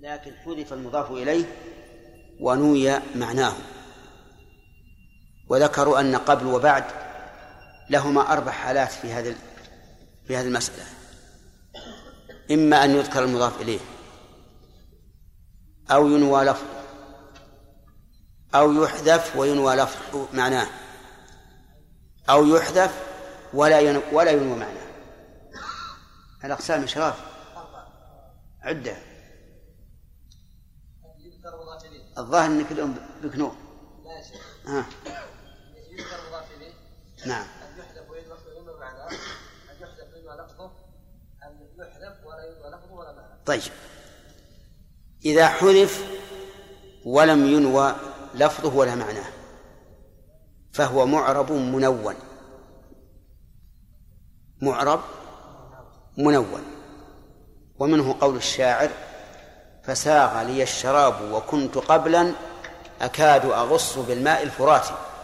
لكن حذف المضاف إليه ونوي معناه. وذكروا أن قبل وبعد لهما 4 حالات في هذه المسألة: إما أن يذكر المضاف إليه، أو ينوى لفظه، أو يحذف وينوى لفظ معناه، أو يحذف ولا ينوى معناه. الأقسام شراف عدة. الظاهر أنك اليوم بكنوه. يذكر مضاف إليه. نعم. أن يحذف وينوى معناه، أن يحذف وينوى لفظه، أن يحذف ولا ينوى لفظه ولا معناه. طيب، إذا حذف ولم ينوى لفظه ولا معناه فهو معرب منون. معرب منون. ومنه قول الشاعر: فساغ لي الشراب وكنت قبلا أكاد أغص بالماء الفرات.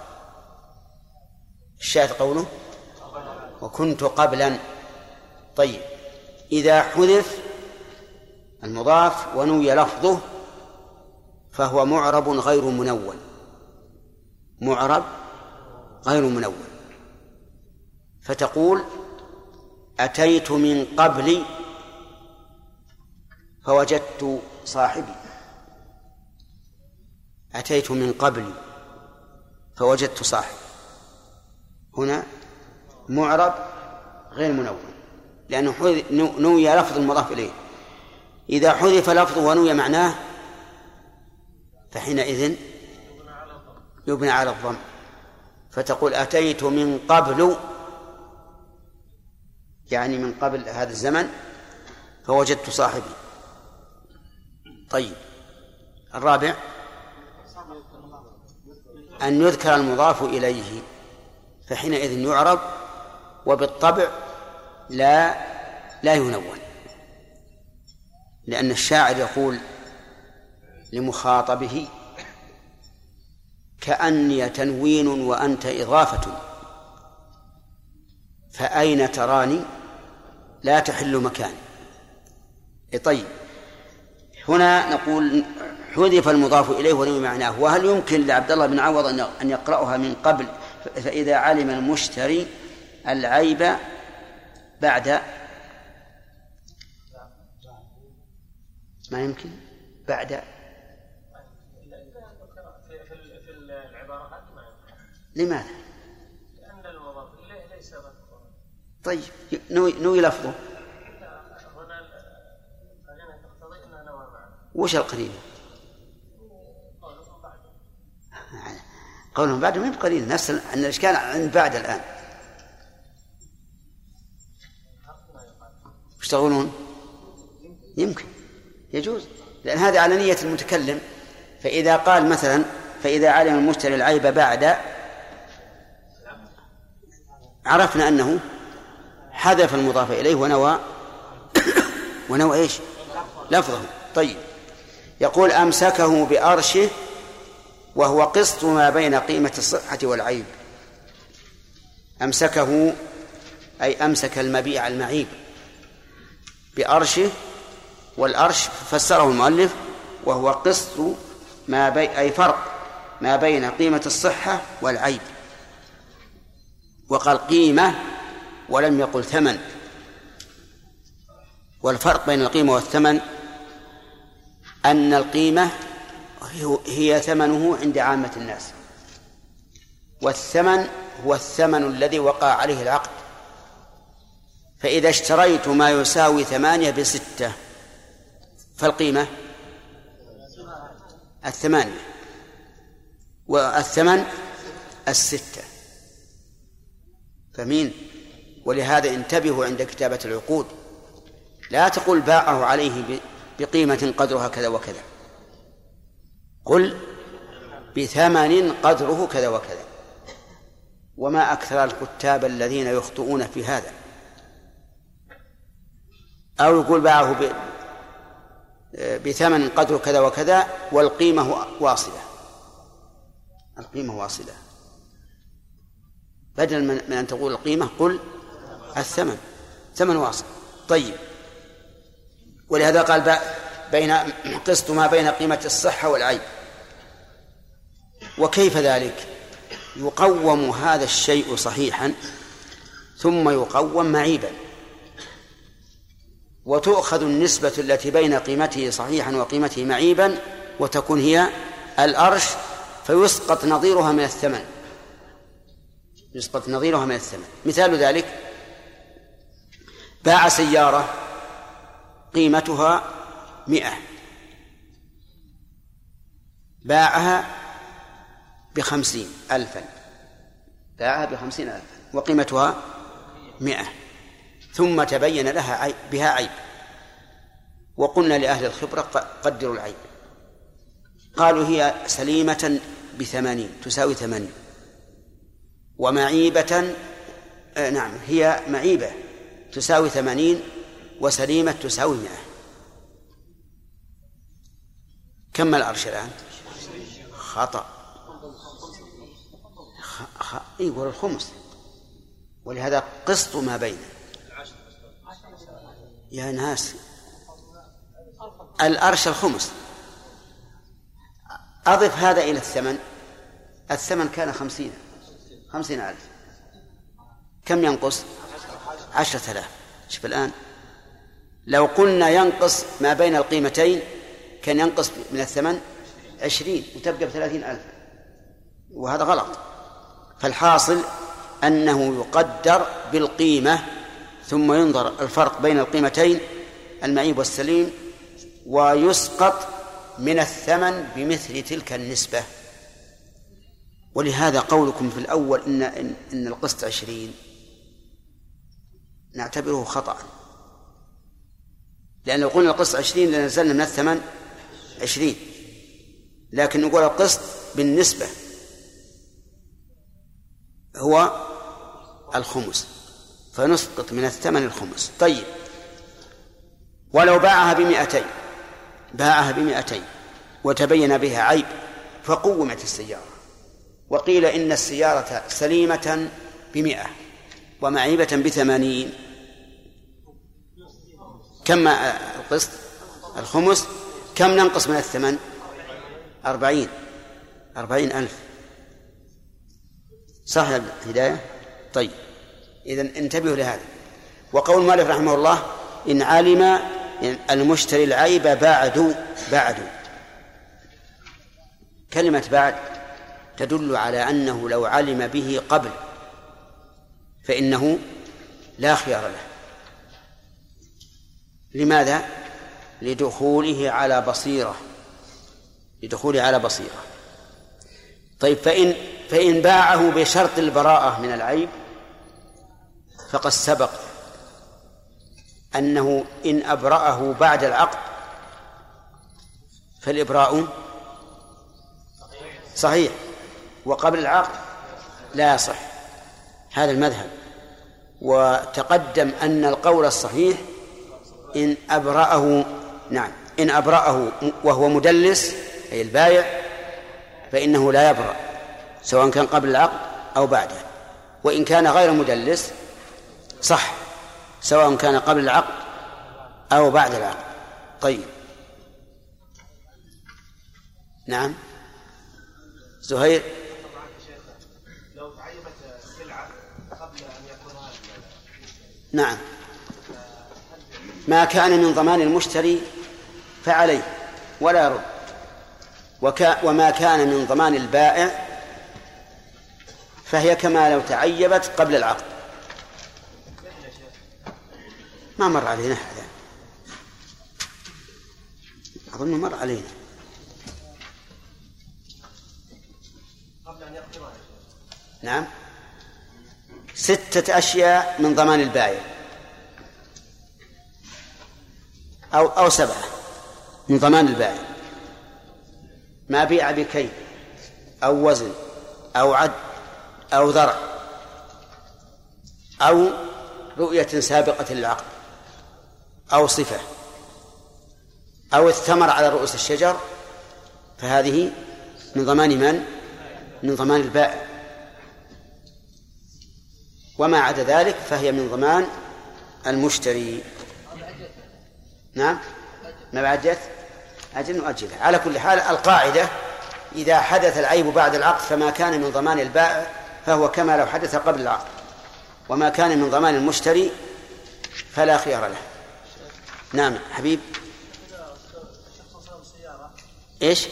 الشاهد قوله وكنت قبلا. طيب، إذا حذف المضاف ونوي لفظه فهو معرب غير منون. معرب غير منون. فتقول: أتيت من قبل فوجدت صاحبي. أتيت من قبل فوجدت صاحبي. هنا معرب غير منون لأنه نوي لفظ المضاف إليه. إذا حذف لفظه ونوي معناه فحينئذ يبنى على الضم. فتقول: أتيت من قبل، يعني من قبل هذا الزمن، فوجدت صاحبي. طيب، الرابع أن يذكر المضاف إليه فحينئذ يعرب، وبالطبع لا ينون، لأن الشاعر يقول لمخاطبه: كأني تنوين وأنت إضافة، فأين تراني لا تحل مكاني. طيب، هنا نقول حذف المضاف إليه ونوي معناه. وهل يمكن لعبد الله بن عوض أن يقرأها من قبل: فإذا علم المشتري العيب بعد؟ ما يمكن بعد. في العبارات ما يمكن. لماذا؟ لأن المضاف إليه ليس مذكورا. طيب، نوي لفظه. هنا القرينة تقتضي أنها نوى معنى. وش القرينة؟ قولهم بعد ما يبقى قرينة. نفس أن الإشكال عند بعد الآن. وش تقولون؟ يمكن، يجوز، لأن هذا على نية المتكلم. فإذا قال مثلا: فإذا علم المشتري العيب بعد، عرفنا أنه حذف المضاف إليه ونوى إيش؟ لفظه. طيب، يقول: أمسكه بأرشه وهو قسط ما بين قيمة الصحة والعيب. أمسكه أي أمسك المبيع المعيب بأرشه، والأرش فسره المؤلف وهو قسط أي فرق ما بين قيمة الصحة والعيب. وقال قيمة ولم يقل ثمن. والفرق بين القيمة والثمن أن القيمة هي ثمنه عند عامة الناس، والثمن هو الثمن الذي وقع عليه العقد. فإذا اشتريت ما يساوي 8 ب6 فالقيمة 8 والثمن 6. فمين؟ ولهذا انتبهوا عند كتابة العقود، لا تقول باعه عليه بقيمة قدرها كذا وكذا، قل بثمن قدره كذا وكذا. وما أكثر الكتاب الذين يخطئون في هذا. أو يقول باعه بثمن قدره كذا وكذا والقيمة واصلة. القيمة واصلة، بدل من أن تقول القيمة قل ثمن واصل. طيب، ولهذا قال قسط ما بين قيمة الصحة والعيب. وكيف ذلك؟ يقوم هذا الشيء صحيحا ثم يقوم معيبا، وتؤخذ النسبة التي بين قيمته صحيحا وقيمته معيبا وتكون هي الأرش، فيسقط نظيرها من الثمن. يسقط نظيرها من الثمن. مثال ذلك: باع سيارة قيمتها 100، باعها ب50,000، باعها ب50,000 وقيمتها 100، ثم تبين لها بها عيب، وقلنا لأهل الخبرة قدروا العيب، قالوا هي سليمة ب80 تساوي 80، ومعيبة نعم هي معيبة تساوي 80 وسليمة تساوي 100. كم الأرش الآن؟ خطأ. يقول الخمس، ولهذا قسط ما بينه. يا ناس الأرش الخمس. أضف هذا إلى الثمن كان 50,000، كم ينقص؟ 10,000. شوف الآن لو قلنا ينقص ما بين القيمتين كان ينقص من الثمن 20 وتبقى ب30,000، وهذا غلط. فالحاصل أنه يقدر بالقيمة ثم ينظر الفرق بين القيمتين المعيب والسليم، ويسقط من الثمن بمثل تلك النسبة. ولهذا قولكم في الأول إن القسط 20 نعتبره خطأ، لأن لو قلنا القسط 20 لنزلنا من الثمن 20، لكن نقول القسط بالنسبة هو الخمس، فنسقط من الثمن الخمس. طيب، ولو باعها ب200 وتبين بها عيب فقومت السيارة، وقيل إن السيارة سليمة ب100 ومعيبة ب80، كم القسط؟ الخمس. كم ننقص من الثمن؟ 40,000. صح يا هداية؟ طيب، إذن انتبهوا لهذا. وقول مالك رحمه الله: إن علم المشتري العيب بعد. كلمة بعد تدل على أنه لو علم به قبل فإنه لا خيار له. لماذا؟ لدخوله على بصيرة. طيب، فإن باعه بشرط البراءة من العيب فقد سبق أنه إن أبرأه بعد العقد فالإبراء صحيح، وقبل العقد لا يصح. هذا المذهب. وتقدم أن القول الصحيح إن أبرأه وهو مدلس أي البائع فإنه لا يبرأ، سواء كان قبل العقد أو بعده. وإن كان غير مدلس صح، سواء كان قبل العقد أو بعد العقد. طيب، نعم زهير. لو تعيبت سلعة قبل أن يكون نعم، ما كان من ضمان المشتري فعليه ولا يرد، وما كان من ضمان البائع فهي كما لو تعيبت قبل العقد. ما مر علينا هذا، أظن مر علينا. نعم، 6 أشياء من ضمان البائع أو 7 من ضمان البائع: ما بيع بكيل أو وزن أو عد أو ذرع أو رؤية سابقة للعقد أو صفة أو الثمر على رؤوس الشجر، فهذه من ضمان من؟ من ضمان البائع. وما عدا ذلك فهي من ضمان المشتري. نعم، ما بعد جث أجل نؤجلها. على كل حال القاعدة إذا حدث العيب بعد العقد فما كان من ضمان البائع فهو كما لو حدث قبل العقد، وما كان من ضمان المشتري فلا خيار له. نعم حبيب. إيش؟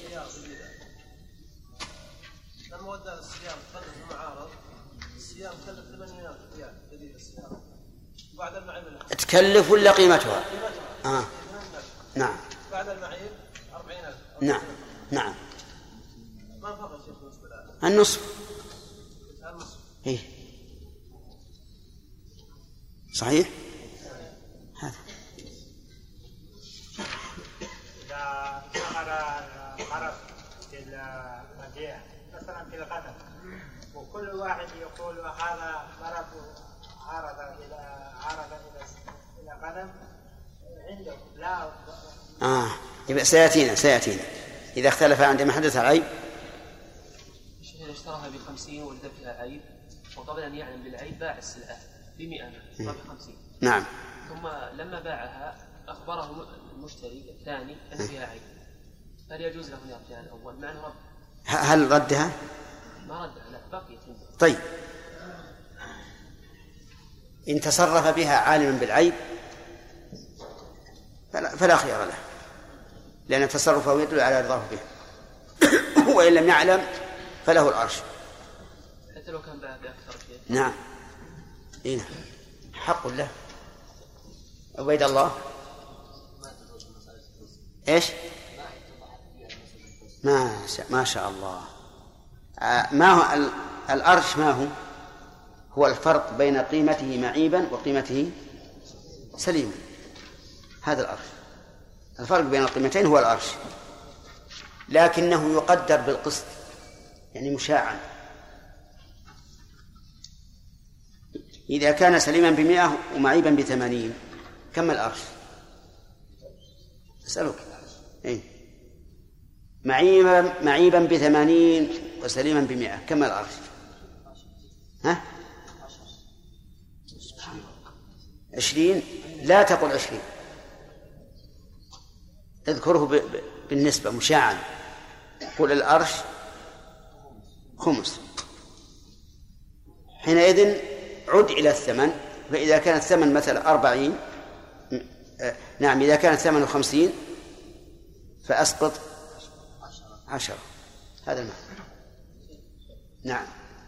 لما ودى الصيام تكلف المعارض، الصيام تكلف 8 ريال جديد السيارة، وبعد المعيب تكلف ولا قيمتها؟ نعم. بعد المعيب 40,000. نعم نعم. ما فرق شيء بالنسبة له؟ النصف. النصف. إيه صحيح. هذا إذا ظهر المرض في المبيع مثلا في الغنم، وكل واحد يقول هذا مرض عرض إلى غنم عنده لا يبقى سيأتينا إذا اختلف عندما حدث العيب. الشيخ اشتراها ب50 وجد فيها عيب، وقبل أن يعلم بالعيب باع السلعة ب100 ب50. نعم. ثم لما باعها أخبره المشتري الثاني أن فيها عيب، هل يجوز له أن يرجع الأول مع أنه رد؟ هل ردها؟ ما ردها، لا بقيت. طيب إن تصرف بها عالما بالعيب فلا خيار له، لأن تصرفه يدل على رضاه به. وإن لم يعلم فله العرش حتى لو كان باع بأكثر شيء. نعم. إيه حق له. عبيد الله. إيش؟ ما شاء الله. ما هو الأرش؟ ما هو الفرق بين قيمته معيبا وقيمته سليما. هذا الأرش. الفرق بين القيمتين هو الأرش، لكنه يقدر بالقسط، يعني مشاعا. إذا كان سليما ب100 ومعيبا ب80 كم الأرش؟ أسألك. إيه؟ معيبا ب80 وسليما ب100 كم الأرش؟ ها؟ 20. لا تقل 20، اذكره بالنسبة مشاعا. قل الأرش خمس. حينئذ عد إلى الثمن، فإذا كان الثمن مثلا 40، نعم إذا كان الثمن 50 فأسقط 10. هذا المعنى. نعم.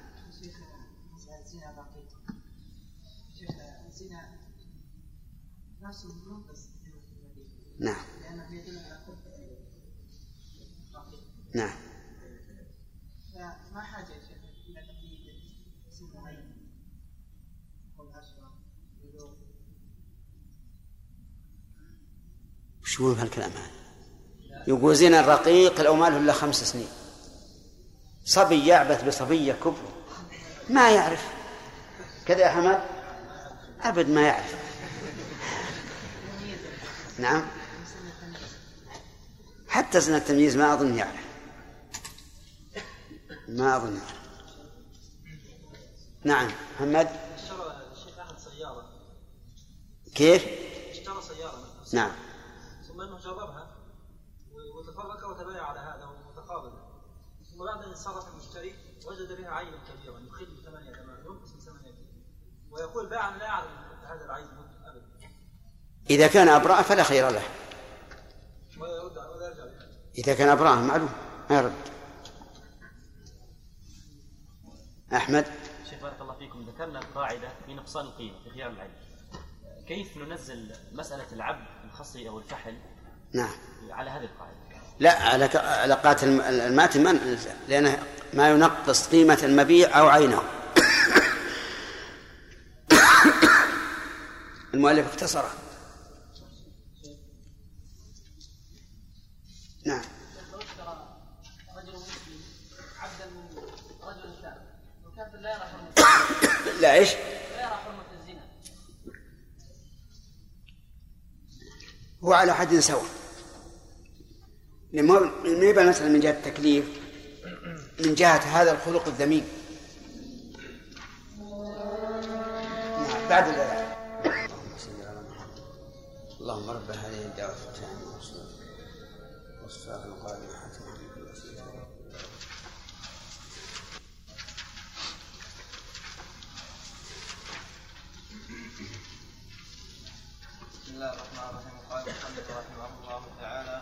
نعم نعم. ما حاجة يا شيخ إلى تقييد اسم معين أو 10 يدور. شو هالكلام هذا؟ يقول زين الرقيق لو ما له إلا 5 سنين. صبي يعبث بصبية كبر ما يعرف كذا يا حمد أبد ما يعرف. نعم. حتى سنة التمييز ما أظن يعرف، ما أظن. نعم محمد. اشترى الشيخ أحد سيارة. كيف؟ اشترى سيارة. نعم. ثم أنه جربها وتفرق وتبايع على هذا ومتقابل، ثم بعد أن انصرف المشتري وجد بها عيبا كبيرا يخل 8 تمام ينقص 8 ويقول باعا لا أعلم هذا العيب أبدا. إذا كان أبراء فلا خير له. ويرجع إذا كان أبراء معلوم ما يرد. أحمد. شيخ بارك الله فيكم، ذكرنا قاعدة في نقصان القيمة في خيار العيب، كيف ننزل مسألة العبد الخصي أو الفحل نعم على هذه القاعدة؟ لا على قاتل الماتن ما ننزل، لأنه ما ينقص قيمة المبيع أو عينه. المؤلف اختصره. نعم. لو اشترى رجل مسلم عبدا من رجل كافر، والكافر لا يرى حرمة لا ايش؟ لا يرى حرمة الزنا، هو على حد سواء. الميبة مثلا من جهة التكليف، من جهة هذا الخلق الذميم. نعم. بعد الأذان. اللهم رب هذه الدعوة التامة بسم الله الرحمن الرحيم. قال المصنف رحمه الله تعالى: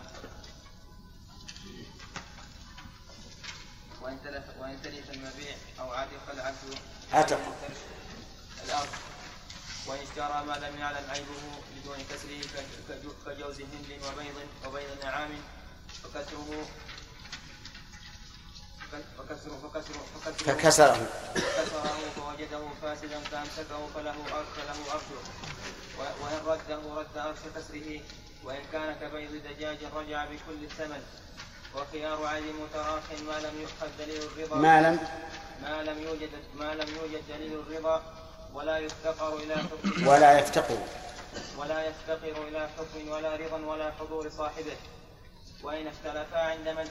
وإن تلف المبيع أو عتق العبد الأرض وإن اشترى ما لم يعلم عيبه بدون كسره كجوز هند وبيض نعام فكسره فوجده فاسدا فأمسكه فله أرشه، وإن رده رد أرش كسره، وإن كان كبيض دجاج رجع بكل الثمن. وخيار عيب متراخ ما لم يؤخذ دليل الرضا ما لم يوجد دليل الرضا ولا يفتقر إلى حكم ولا رضا ولا حضور صاحبه. وإن اختلفا عند من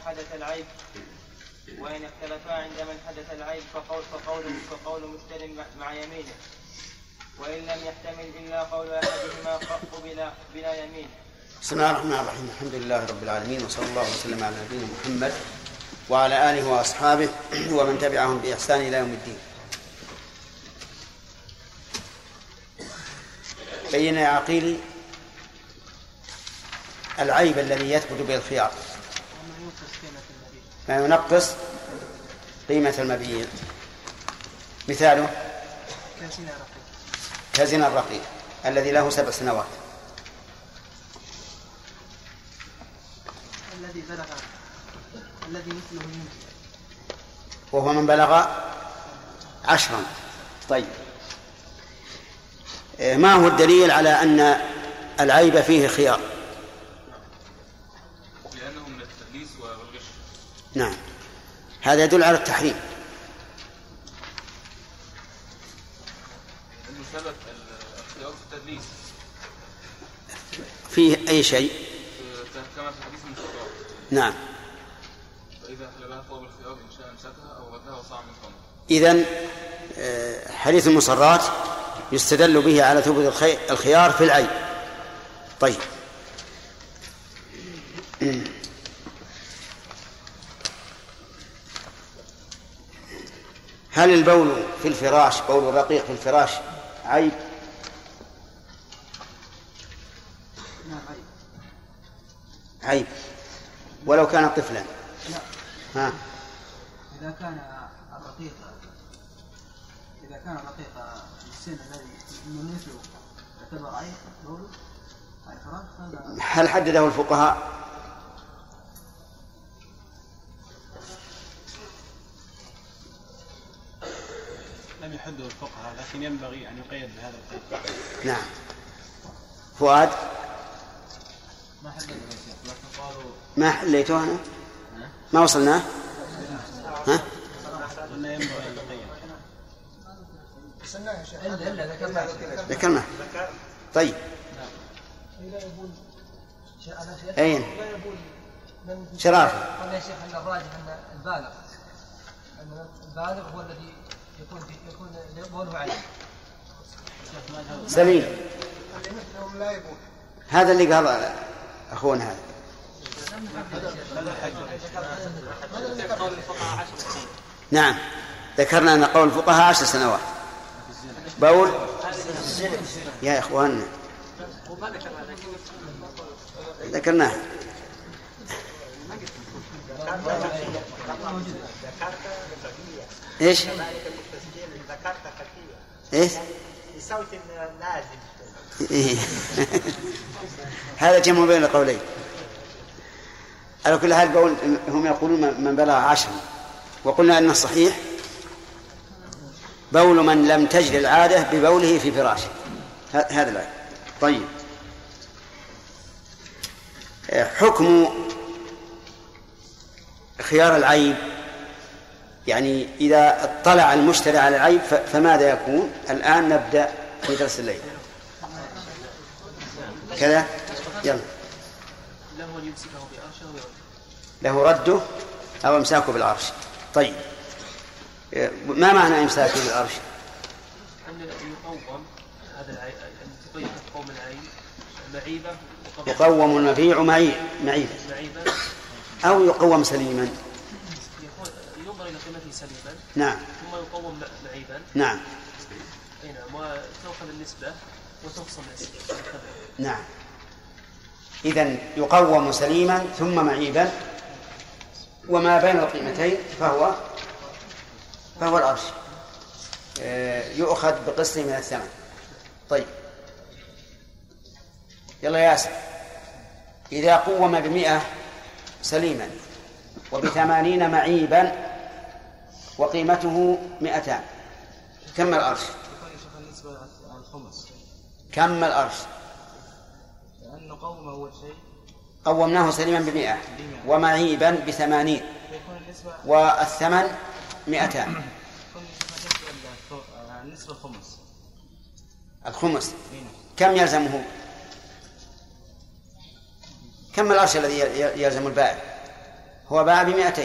حدث العيب فقول مشتر مع يمينه، وإن لم يحتمل إلا قول أحدهما قبل بلا يمين. بسم الله الرحمن الرحيم. الحمد لله رب العالمين، وصلى الله وسلم على نبينا محمد وعلى آله وأصحابه ومن تبعهم بإحسان إلى يوم الدين. بين يا عقيل العيب الذي يثبت به الخيار، ما ينقص قيمة المبيع. مثاله كزنا الرقيق الذي له 7 سنوات، الذي مثله وهو من بلغ 10. طيب، ما هو الدليل على أن العيب فيه خيار؟ لأنه من التدليس والغش. نعم، هذا يدل على التحريم. لأنه ثبت الخيار في التدليس فيه أي شيء كما في حديث المشترى. نعم. فإذا حلبها فهو بالخيار إن شاء أمسكها أو ردها وصاع من ثمن. إذن حديث المصرات يستدل به على ثبوت الخيار في العيب. طيب، هل البول في الفراش، بول الرقيق في الفراش، عيب؟ عيب ولو كان طفلا. لا. إذا كان الرقيق السن الذي من مثله يعتبر عيب بول الفراش، هل حدده الفقهاء؟ لم يحده الفقهاء، لكن ينبغي أن يقيد بهذا القيد. نعم. فؤاد؟ ما حليته أنا؟ ما وصلناه؟ ها؟ ذكرنا. طيب، أين؟ شرافة. قلنا يا شيخ أن الراجح أن البالغ هو الذي يكون بوله عليه. سليم. هذا اللي قال أخونا هذا. نعم، ذكرنا أن قول الفقهاء 10 سنوات. بول يا إخواننا ذكرناه. إيش؟ إيش؟ بصوت نازل. هذا جمع بين القولين. على كل حال هم يقولون من بلغ 10، وقلنا أن الصحيح بول من لم تجري العادة ببوله في فراشه. هذا العيب. طيب، حكم خيار العيب، يعني إذا اطلع المشتري على العيب فماذا يكون؟ الآن نبدأ في درس الليل كذا. يلا. له رده أو امساكه بالعرش. طيب، ما معنى امساكه بالعرش؟ أن يقوم هذا العيب، أن تقوم العيب معيبة، يقوم المبيع معيبة، أو يقوم سليما. ينظر إلى قيمته سليما. نعم. ثم يقوم معيبا. نعم. نعم. وتأخذ النسبة وتخصم النسبة. نعم. إذن يقوم سليما ثم معيبا، وما بين القيمتين فهو الأرش، يؤخذ بقسط من الثمن. طيب يلا ياسر، إذا قوم 100 سليما وب80 معيبا وقيمته 200 كم الأرش؟ كم الأرش؟ لأنه قوم أول شيء قومناه سليما 100 ومعيبا ب80 والثمن 200. النسبة الخمس كم يلزمه؟ كم الأرش الذي يلزم البائع؟ هو باع ب200.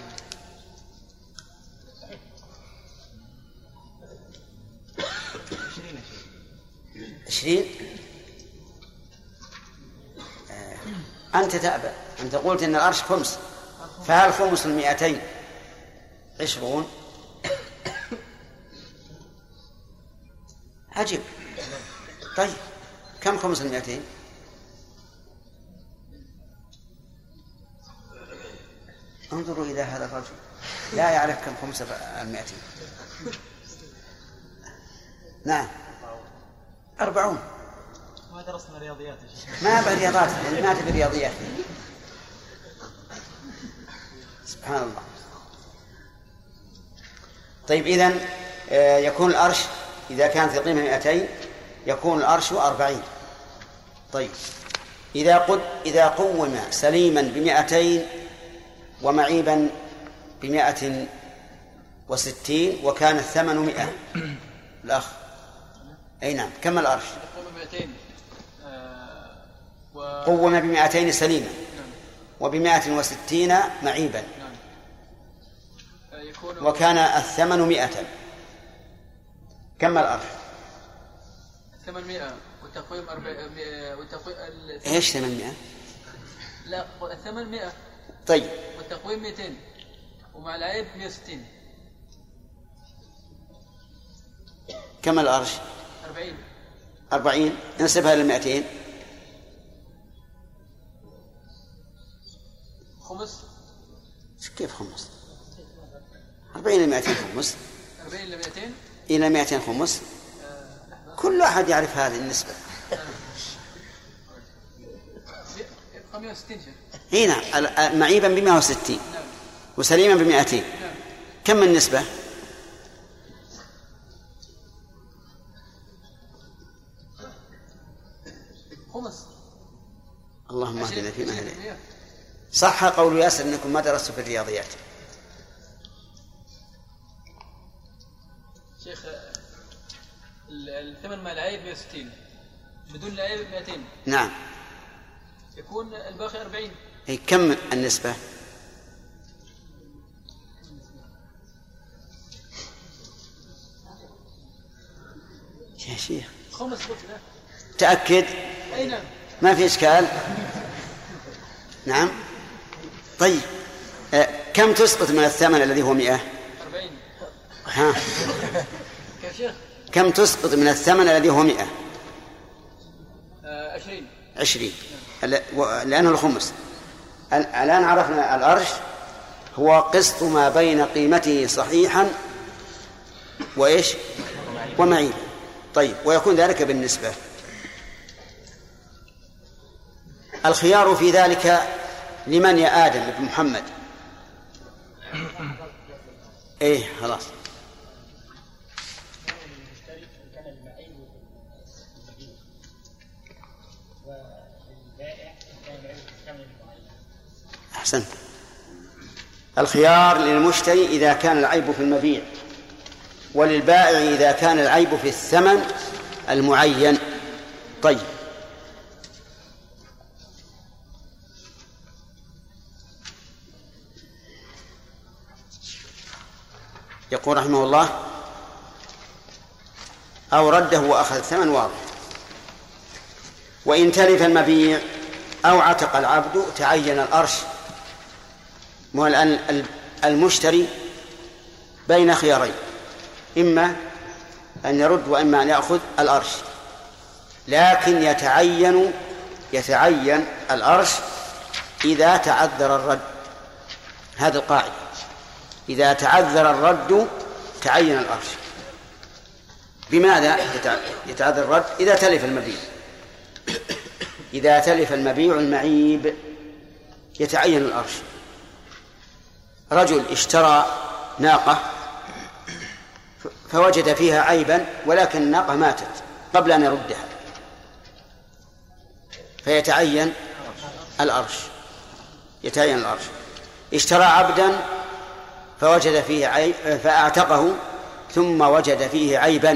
20. أنت تأبى، أنت قلت إن الأرش خمس، فهل خمس 200 20؟ عجيب. طيب كم خمس 200؟ انظروا إلى هذا الرجل لا يعرف كم خمس 200. نعم 40. ما درسنا رياضيات يا شيخ. ما بالرياضات، ما تبي رياضيات. سبحان الله. طيب إذن يكون الأرش إذا كانت القيمة 200 يكون الأرش 40. طيب إذا قوم سليما 200 ومعيبا 160 وكان الثمن 100 الأخ أي نعم كم الأرش؟ قوم 200 سليما و160 معيبا وكان الثمن 100 كم الأرش؟ الثمن 100 والتقويم 400 ايش 800؟ لا الثمن 100. طيب والتقويم 200 ومع العيب 160. كم الأرش؟ 40 نسبها لل200 خمس. كيف خمس؟ 40 ل200 خمس. 40 ل 200 إلى 200 خمس. كل أحد يعرف هذه النسبة. يبقى 160 شيخ. اي نعم معيبا 160 وسليما 200. كم النسبة؟ خمس. اللهم اهدنا فيما هديت. صح قول ياسر انكم ما درستوا في الرياضيات. شيخ الثمن مع العيب 160 بدون العيب 200. نعم يكون الباقي 40. اي كم النسبة؟ يا شيخ خمس قلت له. تأكد؟ أي نعم ما في إشكال. نعم طيب كم تسقط من الثمن الذي هو 100؟ 40. ها يا شيخ كم تسقط من الثمن الذي هو 100؟ 20 لأنه الخمس. الآن عرفنا الأرش هو قسط ما بين قيمته صحيحا وإيش ومعيبا. طيب ويكون ذلك بالنسبة. الخيار في ذلك لمن يا آدم بن محمد؟ إيه خلاص أحسنت. الخيار للمشتري إذا كان العيب في المبيع، وللبائع إذا كان العيب في الثمن المعين. طيب يقول رحمه الله أو رده وأخذ الثمن واضح. وإن تلف المبيع أو عتق العبد تعين الأرش الآن المشتري بين خيارين، إما أن يرد وإما أن يأخذ الأرش، لكن يتعين الأرش إذا تعذر الرد. هذه القاعدة، إذا تعذر الرد تعين الأرش. بماذا يتعذر الرد؟ إذا تلف المبيع، إذا تلف المبيع المعيب يتعين الأرش. رجل اشترى ناقة فوجد فيها عيبا ولكن الناقة ماتت قبل أن يردها، فيتعين الأرش، يتعين الأرش. اشترى عبدا فوجد فيه عيب فأعتقه ثم وجد فيه عيبا،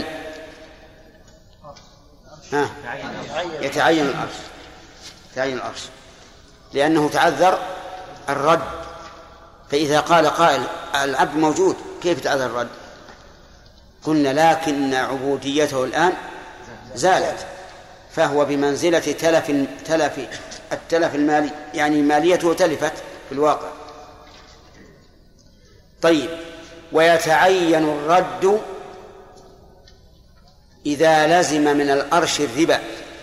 يتعين الأرش، يتعين الأرش لأنه تعذر الرد. فإذا قال قائل العبد موجود كيف تعذر الرد؟ قلنا لكن عبوديته الآن زالت، فهو بمنزلة التلف المالي، يعني ماليته تلفت في الواقع. طيب، ويتعين الرد إذا لزم من الأرش الربا.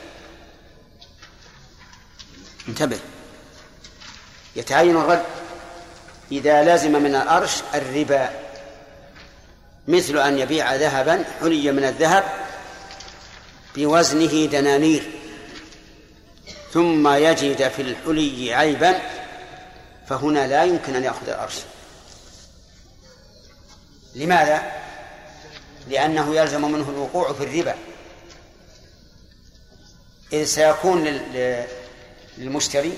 انتبه، يتعين الرد إذا لزم من الأرش الربا، مثل أن يبيع ذهبا حلي من الذهب بوزنه دنانير ثم يجد في الحلي عيبا، فهنا لا يمكن أن يأخذ الأرش. لماذا؟ لأنه يلزم منه الوقوع في الربا، إذ سيكون للمشتري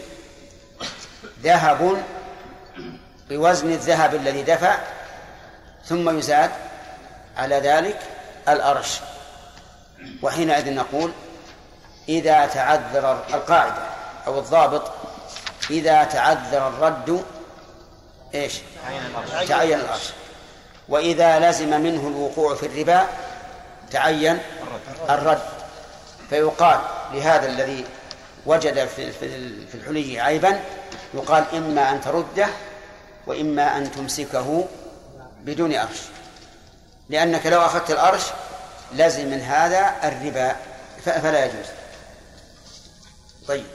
ذهب بوزن الذهب الذي دفع ثم يزاد على ذلك الأرش. وحينئذ نقول إذا تعذر القاعدة أو الضابط، إذا تعذر الرد إيش؟ تعين الأرش. وإذا لزم منه الوقوع في الربا تعين الرد. فيقال لهذا الذي وجد في الحلي عيبا، يقال إما أن ترده وإما أن تمسكه بدون أرش، لأنك لو أخذت الأرش لازم من هذا الربا فلا يجوز. طيب،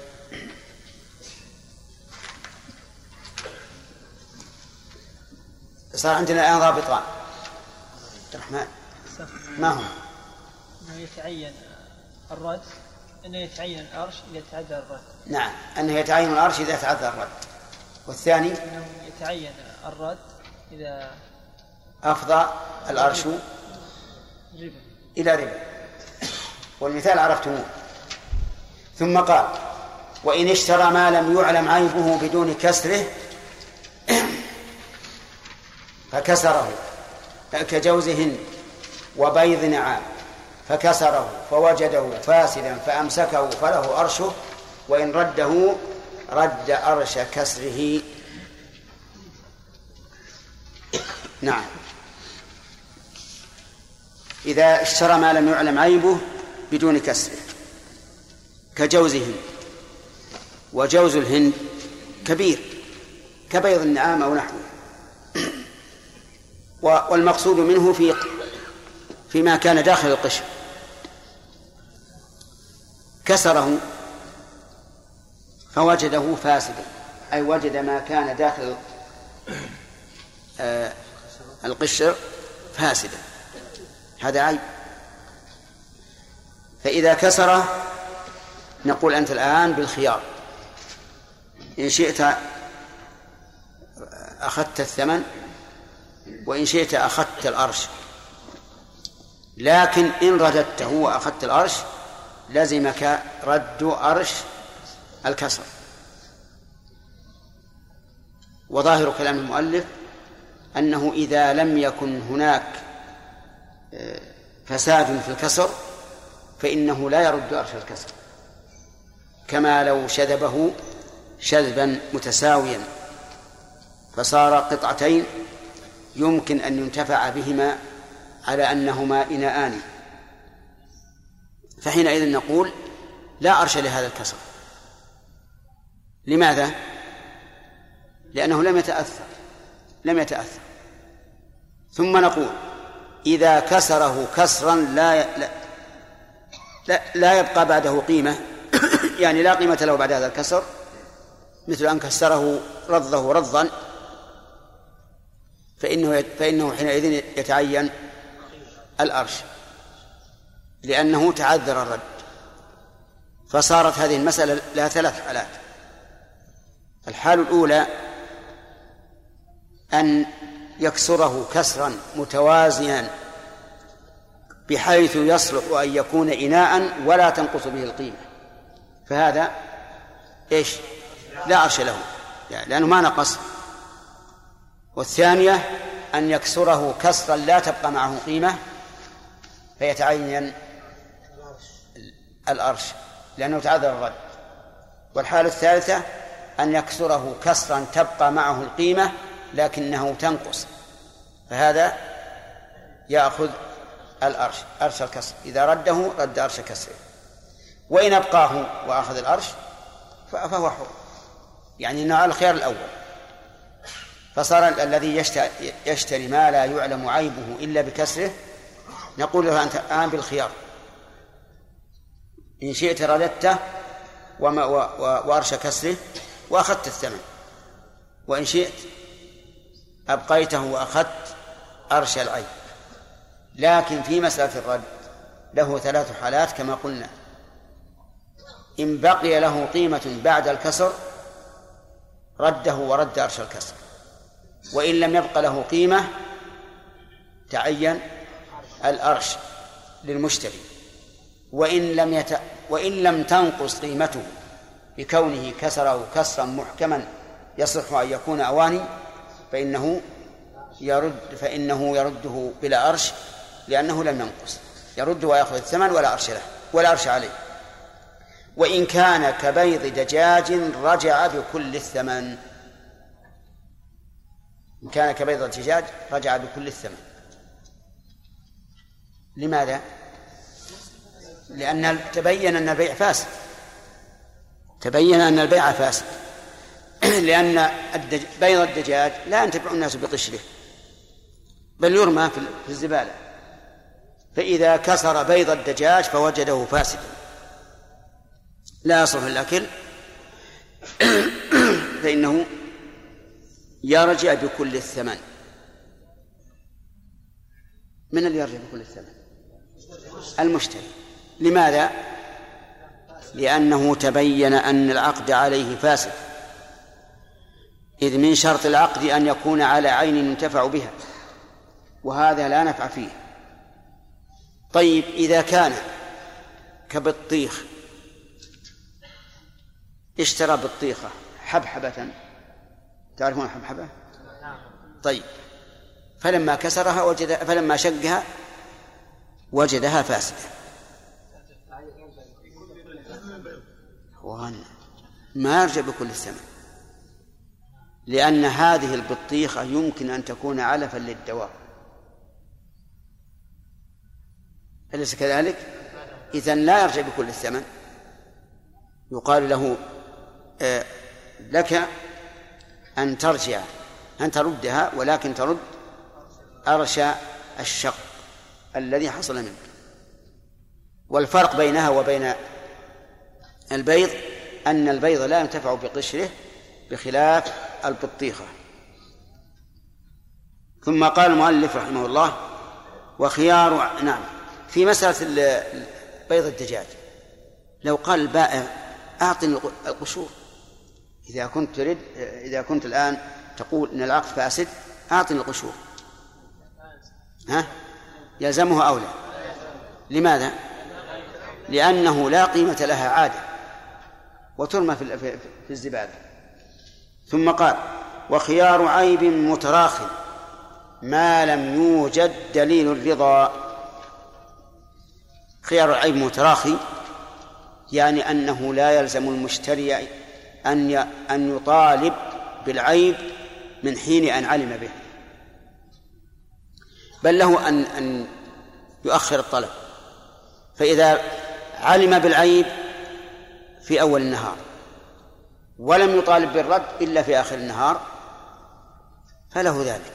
صار عندنا الآن ضابطان. عبد الرحمن، ما هم؟ أنه يتعين الرد، أنه يتعين الأرش إذا تعذر الرد. نعم، أنه يتعين الأرش إذا تعذر الرد. والثاني أنه يتعين الرد إذا أفضى الأرش إلى ربا. والمثال عرفتموه. ثم قال: وإن اشترى ما لم يعلم عيبه بدون كسره فكسره، كجوز هند وبيض نعام، فكسره فوجده فاسدا فأمسكه فله أرشه، وإن رده رد أرش كسره. نعم، إذا اشترى ما لم يعلم عيبه بدون كسره كجوز هند، وجوز الهند كبير كبيض النعام أو نحوه، والمقصود منه فيما كان داخل القشر. كسره فوجده فاسدا، أي وجد ما كان داخل القشر فاسدا، هذا عيب. فإذا كسره نقول أنت الآن بالخيار، إن شئت أخذت الثمن وإن شئت أخذت الأرش، لكن إن رددته وأخذت الأرش لزمك رد أرش الكسر. وظاهر كلام المؤلف أنه إذا لم يكن هناك فساد في الكسر فإنه لا يرد أرش الكسر، كما لو شذبه شذبا متساويا فصار قطعتين يمكن أن ينتفع بهما على أنهما إناءان، فحينئذ نقول لا أرش لهذا الكسر. لماذا؟ لأنه لم يتأثر. ثم نقول إذا كسره كسرا لا يبقى بعده قيمة يعني لا قيمة له بعد هذا الكسر، مثل أن كسره رضه رضا، فإنه حينئذ يتعين الأرش لأنه تعذر الرد. فصارت هذه المسألة لها 3 حالات. الحال الأولى أن يكسره كسرا متوازيا بحيث يصلح أن يكون إناء ولا تنقص به القيمة، فهذا إيش؟ لا أرش له يعني لأنه ما نقص. والثانية أن يكسره كسرا لا تبقى معه قيمة فيتعين الأرش لأنه تعذر الرد. والحالة الثالثة أن يكسره كسرا تبقى معه القيمة لكنه تنقص، فهذا يأخذ الأرش، أرش الكسر، إذا رده رد أرش كسره. وإن أبقاه وأخذ الأرش فهو حر، يعني إنه على الخيار الأول. فصار الذي يشتري ما لا يعلم عيبه إلا بكسره نقول له أنت الآن بالخيار، إن شئت رددته وأرش كسره وأخذت الثمن، وإن شئت أبقيته وأخذت أرش العيب. لكن في مسألة الرد له 3 حالات كما قلنا: إن بقي له قيمة بعد الكسر رده ورد أرش الكسر، وإن لم يبق له قيمة تعين الأرش للمشتري، وإن لم تنقص قيمته بكونه كسره كسرا محكما يصح أن يكون أواني فإنه يرده بلا أرش لأنه لم ينقص، يرد ويأخذ الثمن ولا أرش عليه. وإن كان كبيض دجاج رجع بكل الثمن، إن كان كبيض الدجاج رجع بكل الثمن. لماذا؟ لأن تبين أن البيع فاسد، لأن بيض الدجاج لا ينتفع الناس بقشره بل يرمى في الزبالة، فإذا كسر بيض الدجاج فوجده فاسدا لا يصلح الأكل فإنه يرجع بكل الثمن. من اللي يرجع بكل الثمن؟ المشتري. لماذا؟ لأنه تبين أن العقد عليه فاسد، إذ من شرط العقد أن يكون على عين ينتفع بها، وهذا لا نفع فيه. طيب إذا كان كبطيخ اشترى بطيخة حبحبة، تعرفون الحبحبة؟ طيب فلما كسرها فلما شقها وجدها فاسدة، ما يرجع بكل الثمن، لأن هذه البطيخة يمكن أن تكون علفا للدواء، أليس كذلك؟ إذن لا يرجع بكل الثمن. يقال له لك أن ترجع، أن تردها، ولكن ترد أرش الشق الذي حصل منك. والفرق بينها وبين البيض أن البيض لا ينتفع بقشره بخلاف البطيخة. ثم قال المؤلف رحمه الله: وخيار. نعم، في مسألة بيض الدجاج لو قال البائع أعطني القشور، إذا كنت الآن تقول إن العقد فاسد أعطني القشور، يلزمه أو لا؟ لماذا؟ لأنه لا قيمة لها عادة وترمى في الزبالة. ثم قال: وخيار عيب متراخٍ ما لم يوجد دليل الرضا. خيار العيب متراخي يعني أنه لا يلزم المشتري أن يطالب بالعيب من حين أن علم به، بل له أن يؤخر الطلب. فإذا علم بالعيب في أول النهار ولم يطالب بالرد إلا في آخر النهار فله ذلك.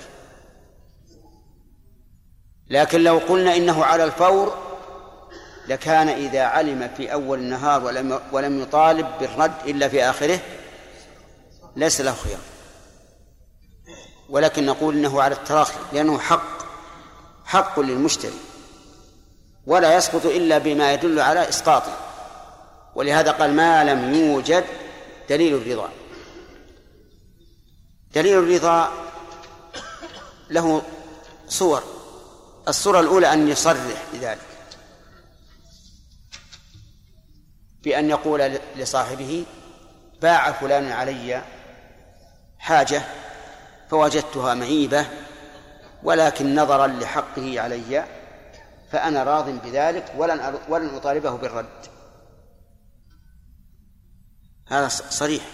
لكن لو قلنا إنه على الفور لكان إذا علم في أول النهار ولم يطالب بالرد إلا في آخره ليس له خيار، ولكن نقول إنه على التراخي لأنه حق للمشتري ولا يسقط إلا بما يدل على إسقاطه، ولهذا قال ما لم يوجد دليل الرضا. دليل الرضا له صور. الصورة الأولى أن يصرح بذلك بأن يقول لصاحبه باع فلان علي حاجة فوجدتها معيبة ولكن نظرا لحقه علي فأنا راض بذلك ولن أطالبه بالرد. هذا صريح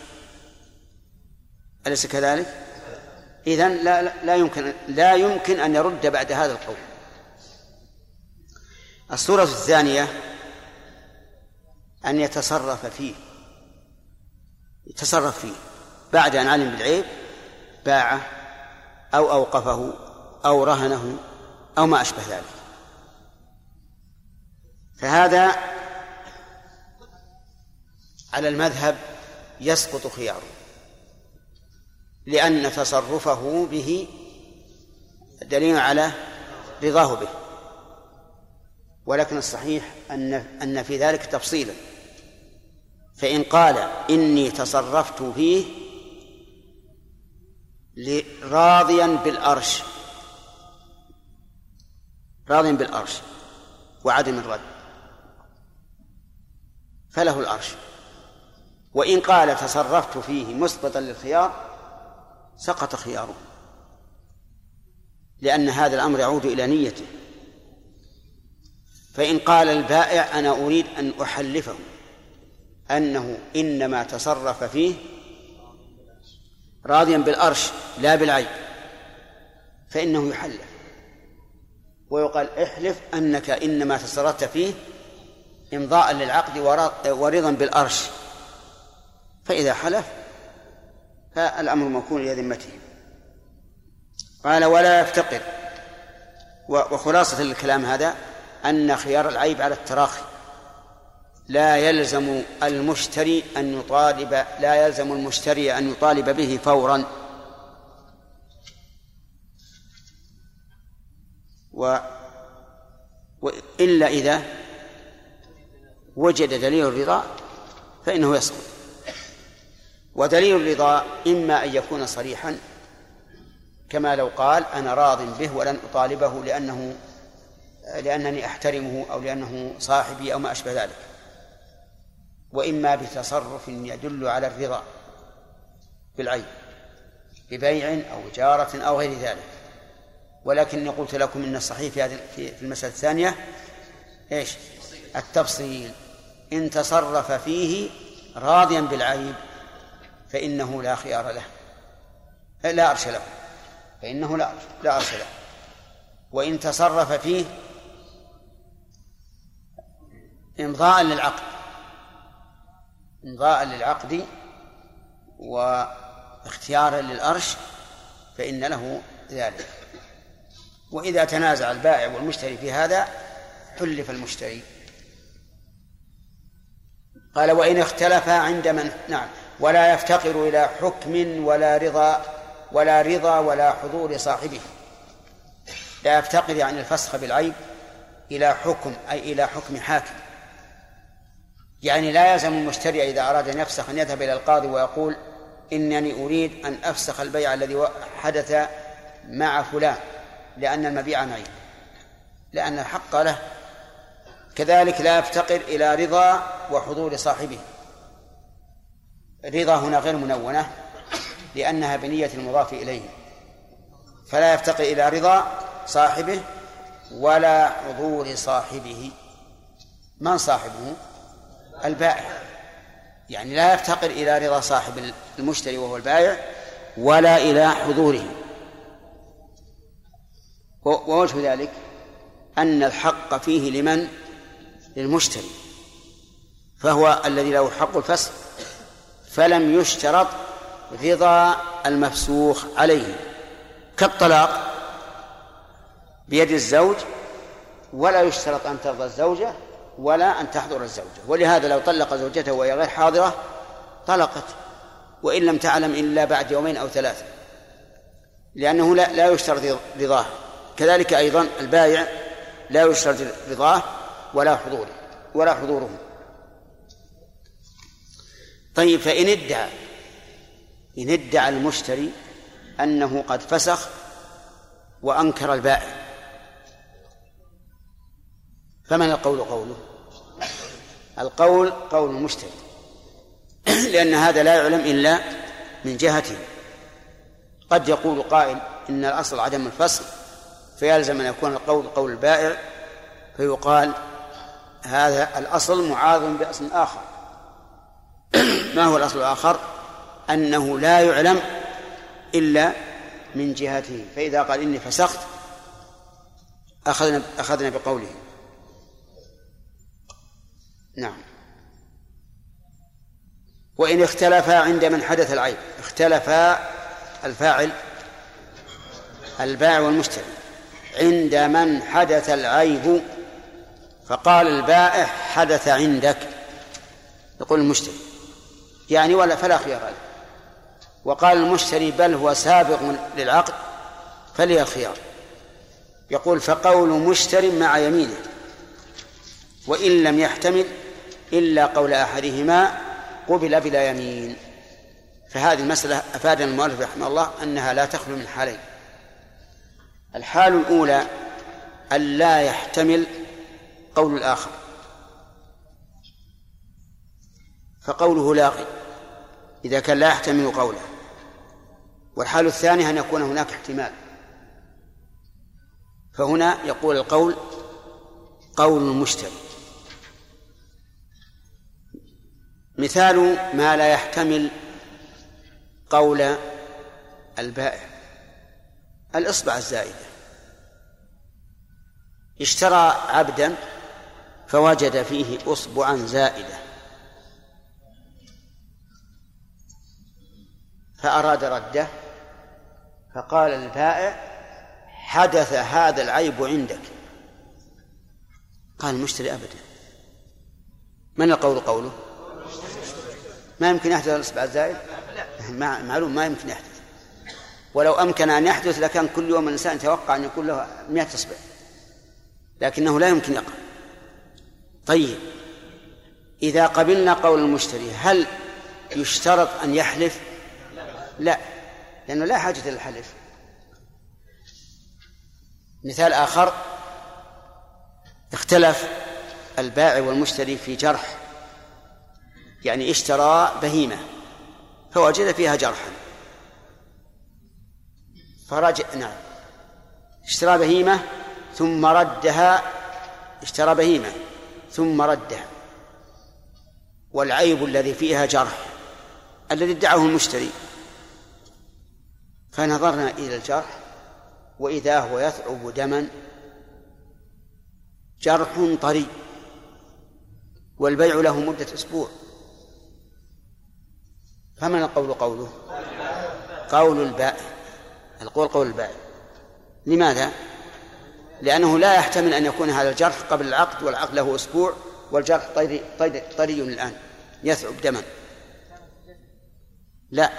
أليس كذلك؟ إذن لا يمكن أن يرد بعد هذا القول. الصورة الثانية أن يتصرف فيه بعد أن علم بالعيب، باعه أو أوقفه أو رهنه أو ما أشبه ذلك، فهذا على المذهب يسقط خياره لأن تصرفه به دليل على رضاه به. ولكن الصحيح أن في ذلك تفصيلا، فإن قال إني تصرفت فيه راضيا بالأرش وعدم الرد فله الأرش، وإن قال تصرفت فيه مسقطا للخيار سقط خياره، لأن هذا الأمر يعود إلى نيته. فإن قال البائع أنا أريد أن أحلفه أنه إنما تصرف فيه راضيا بالأرش لا بالعيب، فإنه يحلف ويقال احلف أنك إنما تصرفت فيه إمضاء للعقد ورضا بالأرش، فإذا حلف فالأمر موكول إلى ذمته. قال ولا يفتقر. وخلاصة الكلام هذا أن خيار العيب على التراخي، لا يلزم المشتري أن يطالب به فورا، إلا إذا وجد دليل الرضا فإنه يسقط. ودليل الرضا إما أن يكون صريحا كما لو قال أنا راض به ولن أطالبه لأنني أحترمه أو لأنه صاحبي أو ما أشبه ذلك، وإما بتصرف يدل على الرضا بالعيب ببيع أو إجارة أو غير ذلك. ولكن قلت لكم إن الصحيح في المسألة الثانية إيش؟ التفصيل. إن تصرف فيه راضيا بالعيب فإنه لا خيار له، لا أرش له، فإنه لا أرش له. وإن تصرف فيه إمضاء للعقد واختيارا للأرش فإن له ذلك. وإذا تنازع البائع والمشتري في هذا حلف المشتري. قال وإن اختلفا عند من ولا يفتقر إلى حكم ولا رضا ولا حضور صاحبه. لا يفتقر يعني الفسخ بالعيب إلى حكم، أي إلى حكم حاكم، يعني لا يلزم المشتري إذا أراد أن يفسخ أن يذهب إلى القاضي ويقول إنني أريد أن أفسخ البيع الذي حدث مع فلان لأن المبيع معي، لأن الحق له. كذلك لا يفتقر إلى رضا وحضور صاحبه. رضا هنا غير منونة لأنها بنية المضاف إليه، فلا يفتقر إلى رضا صاحبه ولا حضور صاحبه. من صاحبه؟ البائع، يعني لا يفتقر إلى رضا صاحب المشتري وهو البائع ولا إلى حضوره. ووجه ذلك أن الحق فيه لمن؟ للمشتري، فهو الذي له حق الفسخ، فلم يشترط رضا المفسوخ عليه، كالطلاق بيد الزوج، ولا يشترط أن ترضى الزوجة ولا أن تحضر الزوجة. ولهذا لو طلق زوجته وهي غير حاضرة طلقت، وإن لم تعلم إلا بعد 2 أو 3، لأنه لا يشترط رضاه. كذلك أيضا البائع لا يشترط رضاه ولا حضوره. طيب، فإن ادعى المشتري أنه قد فسخ وأنكر البائع، فمن القول قوله؟ القول قول المشتري، لأن هذا لا يعلم إلا من جهته. قد يقول قائل إن الأصل عدم الفسخ، فيلزم أن يكون القول قول البائع، فيقال هذا الأصل معارض بأصل آخر. ما هو الأصل الآخر؟ أنه لا يعلم إلا من جهته، فإذا قال إني فسخت أخذنا بقوله. نعم. وإن اختلفا عند من حدث العيب، اختلفا الفاعل البائع والمشتري عند من حدث العيب، فقال البائع حدث عندك، يقول المشتري يعني ولا فلا خيار له، وقال المشتري بل هو سابق للعقد فلي الخيار، يقول فقول مشتري مع يمينه، وإن لم يحتمل إلا قول أحدهما قبل بلا يمين. فهذه المسألة أفادنا المؤلف رحمه الله أنها لا تخلو من حالين: الحال الأولى أن لا يحتمل قول الآخر فقوله لاغي إذا كان لا يحتمل قوله، والحال الثانية أن يكون هناك احتمال، فهنا يقول القول قول المشتري. مثال ما لا يحتمل قول البائع: الإصبع الزائدة، اشترى عبدا فوجد فيه أصبعا زائدة فأراد رده، فقال البائع حدث هذا العيب عندك. قال المشتري أبدا. من القول قوله؟ ما يمكن يحدث الإصبع الزائد، معلوم ما يمكن يحدث، ولو أمكن أن يحدث لكان كل يوم الإنسان يتوقع أن يكون له 100 إصبع، لكنه لا يمكن يقع. طيب، إذا قبلنا قول المشتري هل يشترط أن يحلف؟ لا، لأنه لا حاجة للحلف. مثال آخر: اختلف البائع والمشتري في جرح، يعني اشترى بهيمة فوجد فيها جرحا نعم، اشترى بهيمة ثم ردها، اشترى بهيمة ثم ردها، والعيب الذي فيها جرح الذي ادعاه المشتري، فنظرنا إلى الجرح وإذا هو يثعب دما، جرح طري، والبيع له مدة أسبوع، فمن القول قوله؟ قول البائع. القول قول البائع. لماذا؟ لأنه لا يحتمل أن يكون هذا الجرح قبل العقد، والعقد له أسبوع، والجرح طري الآن يثعب دما. لا،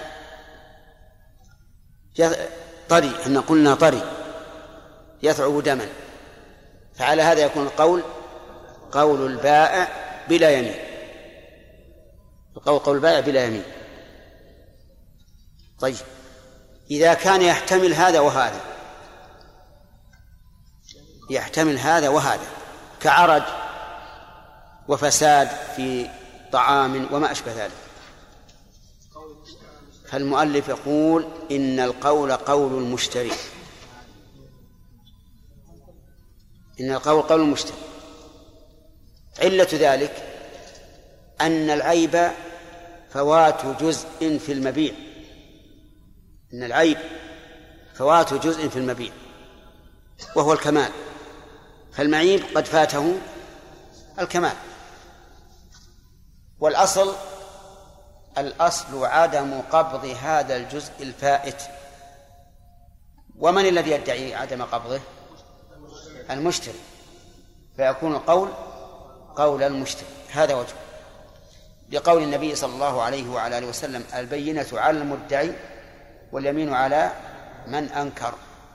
طري، إحنا قلنا طري يثعب دما، فعلى هذا يكون القول قول البائع بلا يمين، القول قول البائع بلا يمين. طيب، إذا كان يحتمل هذا وهذا، يحتمل هذا وهذا، كعرج وفساد في طعام وما أشبه ذلك، فالمؤلف يقول إن القول قول المشتري، إن القول قول المشتري. علة ذلك أن العيب فوات جزء في المبيع، إن العيب فوات جزء في المبيع وهو الكمال، فالمعيب قد فاته الكمال. والأصل عدم قبض هذا الجزء الفائت، ومن الذي يدعي عدم قبضه؟ المشتري، فيكون القول قول المشتري. هذا وجه لقول النبي صلى الله عليه وعلى آله وسلم: البينة على المدعي واليمين على من أنكر.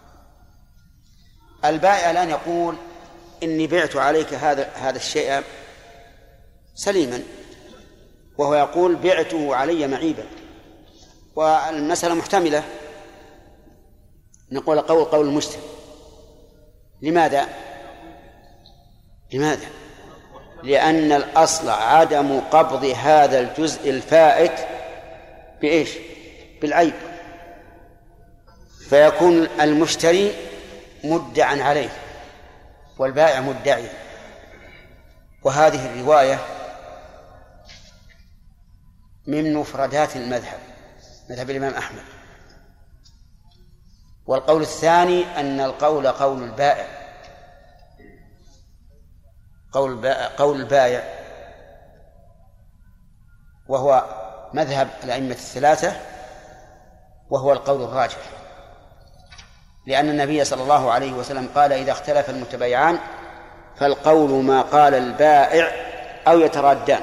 البائع الآن يقول: إني بعت عليك هذا الشيء سليما، وهو يقول: بعته علي معيبا، والمسألة محتملة. نقول قول المشتري. لماذا؟ لأن الأصل عدم قبض هذا الجزء الفائت بإيش؟ بالعيب، فيكون المشتري مدعا عليه والبائع مدعي. وهذه الرواية من مفردات المذهب، مذهب الإمام أحمد. والقول الثاني أن القول قول البائع، قول البائع، وهو مذهب الأئمة الثلاثة، وهو القول الراجح، لأن النبي صلى الله عليه وسلم قال: إذا اختلف المتبايعان فالقول ما قال البائع أو يترادان.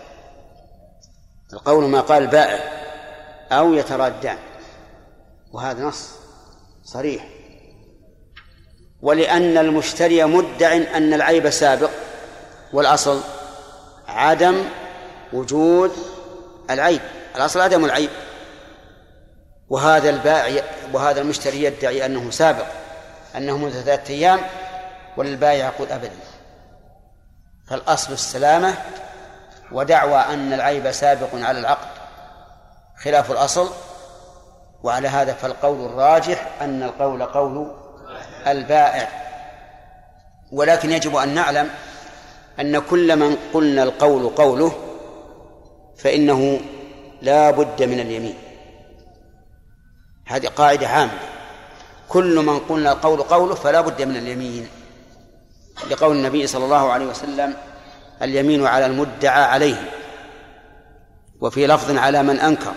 القول ما قال البائع أو يترادان، وهذا نص صريح. ولأن المشتري مدع أن العيب سابق، والأصل عدم وجود العيب، الأصل عدم العيب. وهذا البائع وهذا المشتري يدعي أنه سابق، أنه منذ 3 أيام، والبائع يقول أبدا. فالأصل السلامة، ودعوى أن العيب سابق على العقد خلاف الأصل. وعلى هذا فالقول الراجح أن القول قول البائع. ولكن يجب أن نعلم أن كل من قلنا القول قوله فإنه لا بد من اليمين. هذه قاعدة عامة، كل من قلنا القول قوله فلا بد من اليمين، لقول النبي صلى الله عليه وسلم: اليمين على المدعى عليه، وفي لفظ على من أنكر.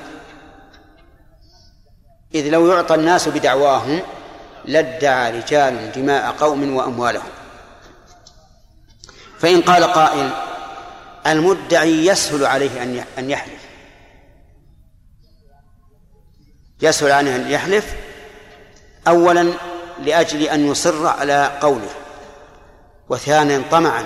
إذ لو يعطى الناس بدعواهم لادعى رجال دماء قوم وأموالهم. فإن قال قائل: المدعي يسهل عليه أن يحلف، يسهل عليه أن يحلف أولا لأجل أن يصر على قوله، وثانيا طمعا.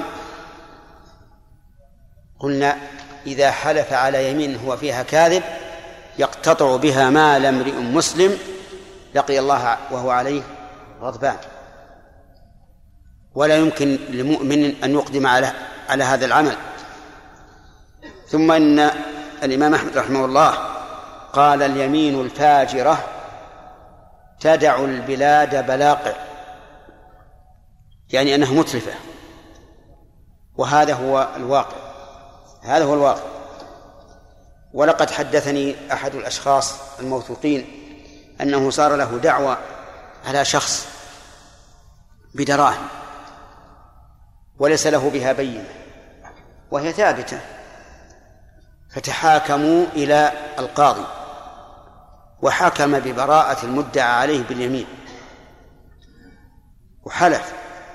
قلنا: إذا حلف على يمين هو فيها كاذب يقتطع بها مال امرئ مسلم لقي الله وهو عليه غضبان، ولا يمكن لمؤمن أن يقدم على هذا العمل. ثم إن الإمام أحمد رحمه الله قال: اليمين الفاجرة تدع البلاد بلاقع، يعني أنها متلفة. وهذا هو الواقع، هذا هو الواقع. ولقد حدثني أحد الأشخاص الموثوقين أنه صار له دعوة على شخص بدراهم وليس له بها بينة وهي ثابتة، فتحاكموا إلى القاضي وحكم ببراءة المدعى عليه باليمين، وحلف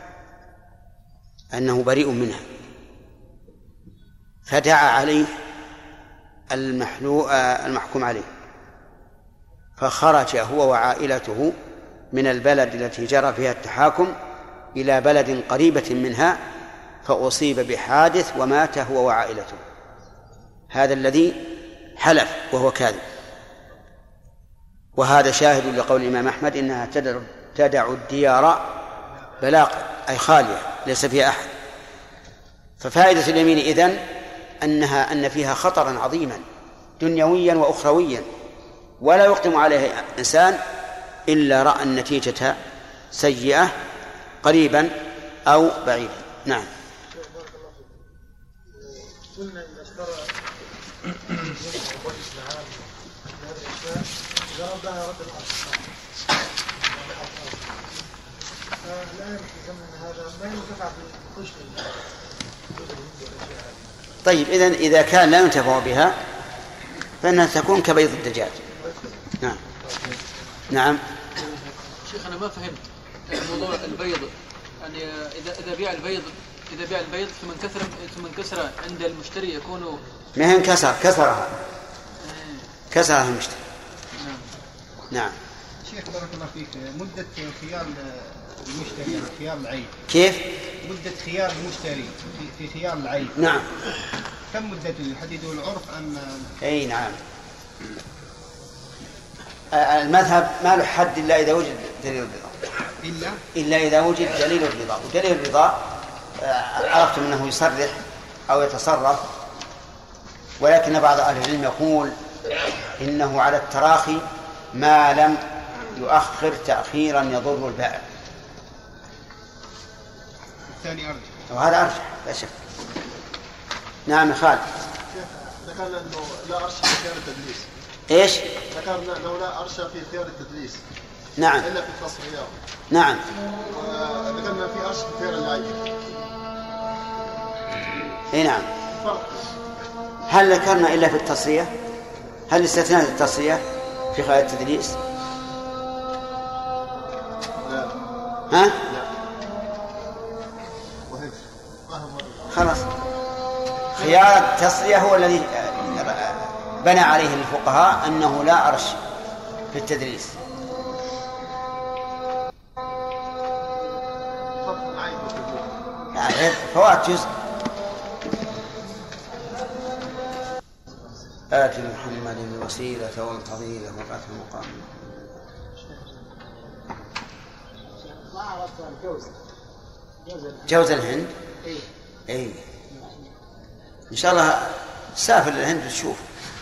أنه بريء منها، فدعا عليه المحكوم عليه، فخرج هو وعائلته من البلد التي جرى فيها التحاكم إلى بلد قريبة منها، فأصيب بحادث ومات هو وعائلته. هذا الذي حلف وهو كاذب. وهذا شاهد لقول الإمام أحمد: إنها تدع الديار بلاقع، أي خالية ليس فيها أحد. ففائدة اليمين إذن أن فيها خطرا عظيما دنيويا وأخرويا، ولا يقدم عليه إنسان إلا رأى النتيجة سيئة قريبا أو بعيدا. نعم. قلنا إذا اشترى إذا ردها رد الأصل، الآن في زمن هذا ما ينتفع بالقشر. طيب، إذا كان لا ينتفع بها فإنها تكون كبيض الدجاج. نعم. نعم. شيخ أنا ما فهمت موضوع البيض، يعني إذا بيع البيض ثم انكسر عند المشتري يكون ما هي كسرها المشتري. نعم. شيخ بارك الله فيك، مدة خيار المشتري يعني خيار العيب كيف؟ مدة خيار المشتري في خيار العيب. نعم. كم مدته يحدده العرف أم؟ أي نعم. المذهب ما له حد إلا إذا وجد دليل الرضا. إلا إذا وجد دليل الرضا، ودليل الرضا عرفتم أنه يصرح أو يتصرف، ولكن بعض أهل العلم يقول إنه على التراخي ما لم يؤخر تأخيرا يضر البائع. الثاني أرجح، وهذا أرجح لا شك. نعم خالد. ذكرنا أنه لا أرش في خيار التدليس. إيش؟ ذكرنا أنه لا أرش في خيار التدليس. نعم. إلا في التصريح. نعم. ذكرنا في أرش في خيار العيب. إيه نعم. هل ذكرنا إلا في التصريح؟ هل استثناء التصريح في خيار التدليس؟ لا. ها؟ لا. خلاص. خيار التصريح هو الذي بنى عليه الفقهاء أنه لا أرش في التدريس. فوات جزء. آت محمد الوسيلة والفضيلة وبعث المقام. ما عرفت الجوز. جوز الهند. اي ان شاء الله سافر للهند تشوف.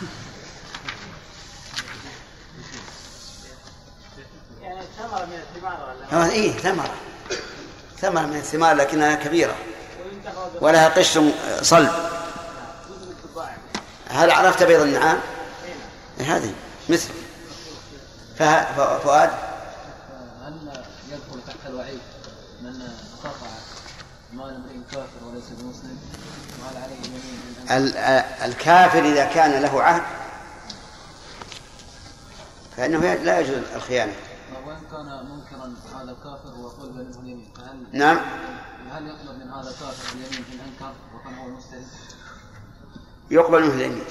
يعني ثمرة من الثمار ولا؟ ايه ثمرة من الثمار لكنها كبيرة ولها قشر صلب. هل عرفت بيض النعام؟ هذه مثل فؤاد. هل يدخل تحت الوعيد من قطع مال امرئ كافر وليس بمسلم وهل عليه يمين؟ الكافر إذا كان له عهد فإنه لا يجوز الخيانة. وإن كان منكرا هذا الكافر وطلب منه اليمين فهل نعم هل يطلب من هذا الكافر اليمين إن أنكر وكان هو المسلم؟ يقبل منه اليمين.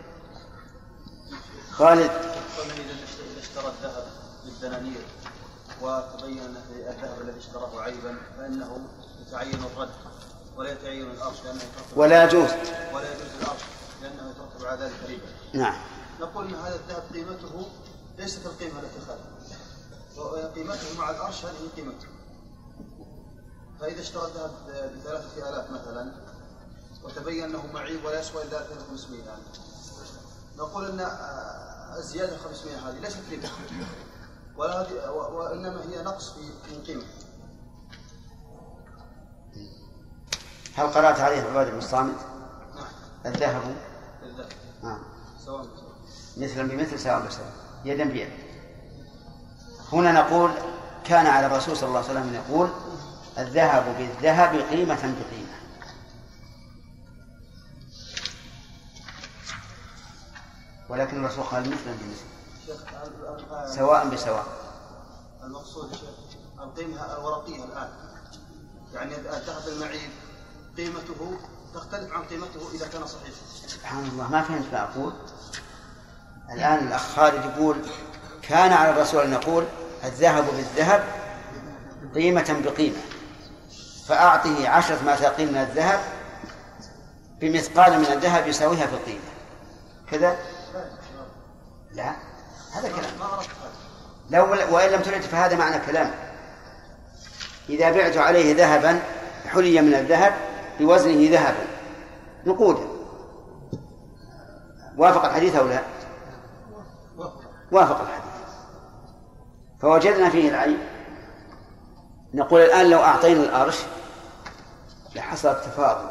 خالد. إذا اشترى الذهب بالدنانير وتبين أن الذهب الذي اشتراه عيبا فإنه يتعين الرد ولا يتعين الأرش لأنه ولا يجوز الأرش لأنه يترتب على ذلك ربا. نعم. نقول أن هذا الذهب قيمته ليست القيمة التي خلفها، قيمته مع الأرش هذه قيمته. فإذا اشترى الذهب ب3000 مثلا وتبين أنه معيب ولا يسوى إلا 2500 يعني. نقول أن الزيادة 500 هذه ليست ربا وإنما هي نقص في قيمة. هل قرأت عليه عبادة بن الصامت؟ نعم. الذهب سواء مثلا بمثل سواء بسواء يدا بيد. هنا نقول كان على الرسول صلى الله عليه وسلم يقول الذهب بالذهب قيمة بقيمة. ولكن الرسول قال مثلا بمثل سواء بسواء. المقصود القيمة الورقية الآن يعني الذهب المعيب قيمته تختلف عن قيمته إذا كان صحيحا. سبحان الله ما فهمت ما أقول. الآن الأخ خالد يقول كان على الرسول أن يقول الذهب بالذهب قيمة بقيمة فأعطه 10 مثاقيل من الذهب بمثقال من الذهب يساويها في القيمة كذا. لا هذا كلام لو وإن لم ترد فهذا معنى كلام. إذا بعت عليه ذهبا حلي من الذهب بوزنه ذهبا نقودا وافق الحديث أو لا؟ وافق الحديث فوجدنا فيه العيب. نقول الآن لو أعطينا الأرش لحصل التفاضل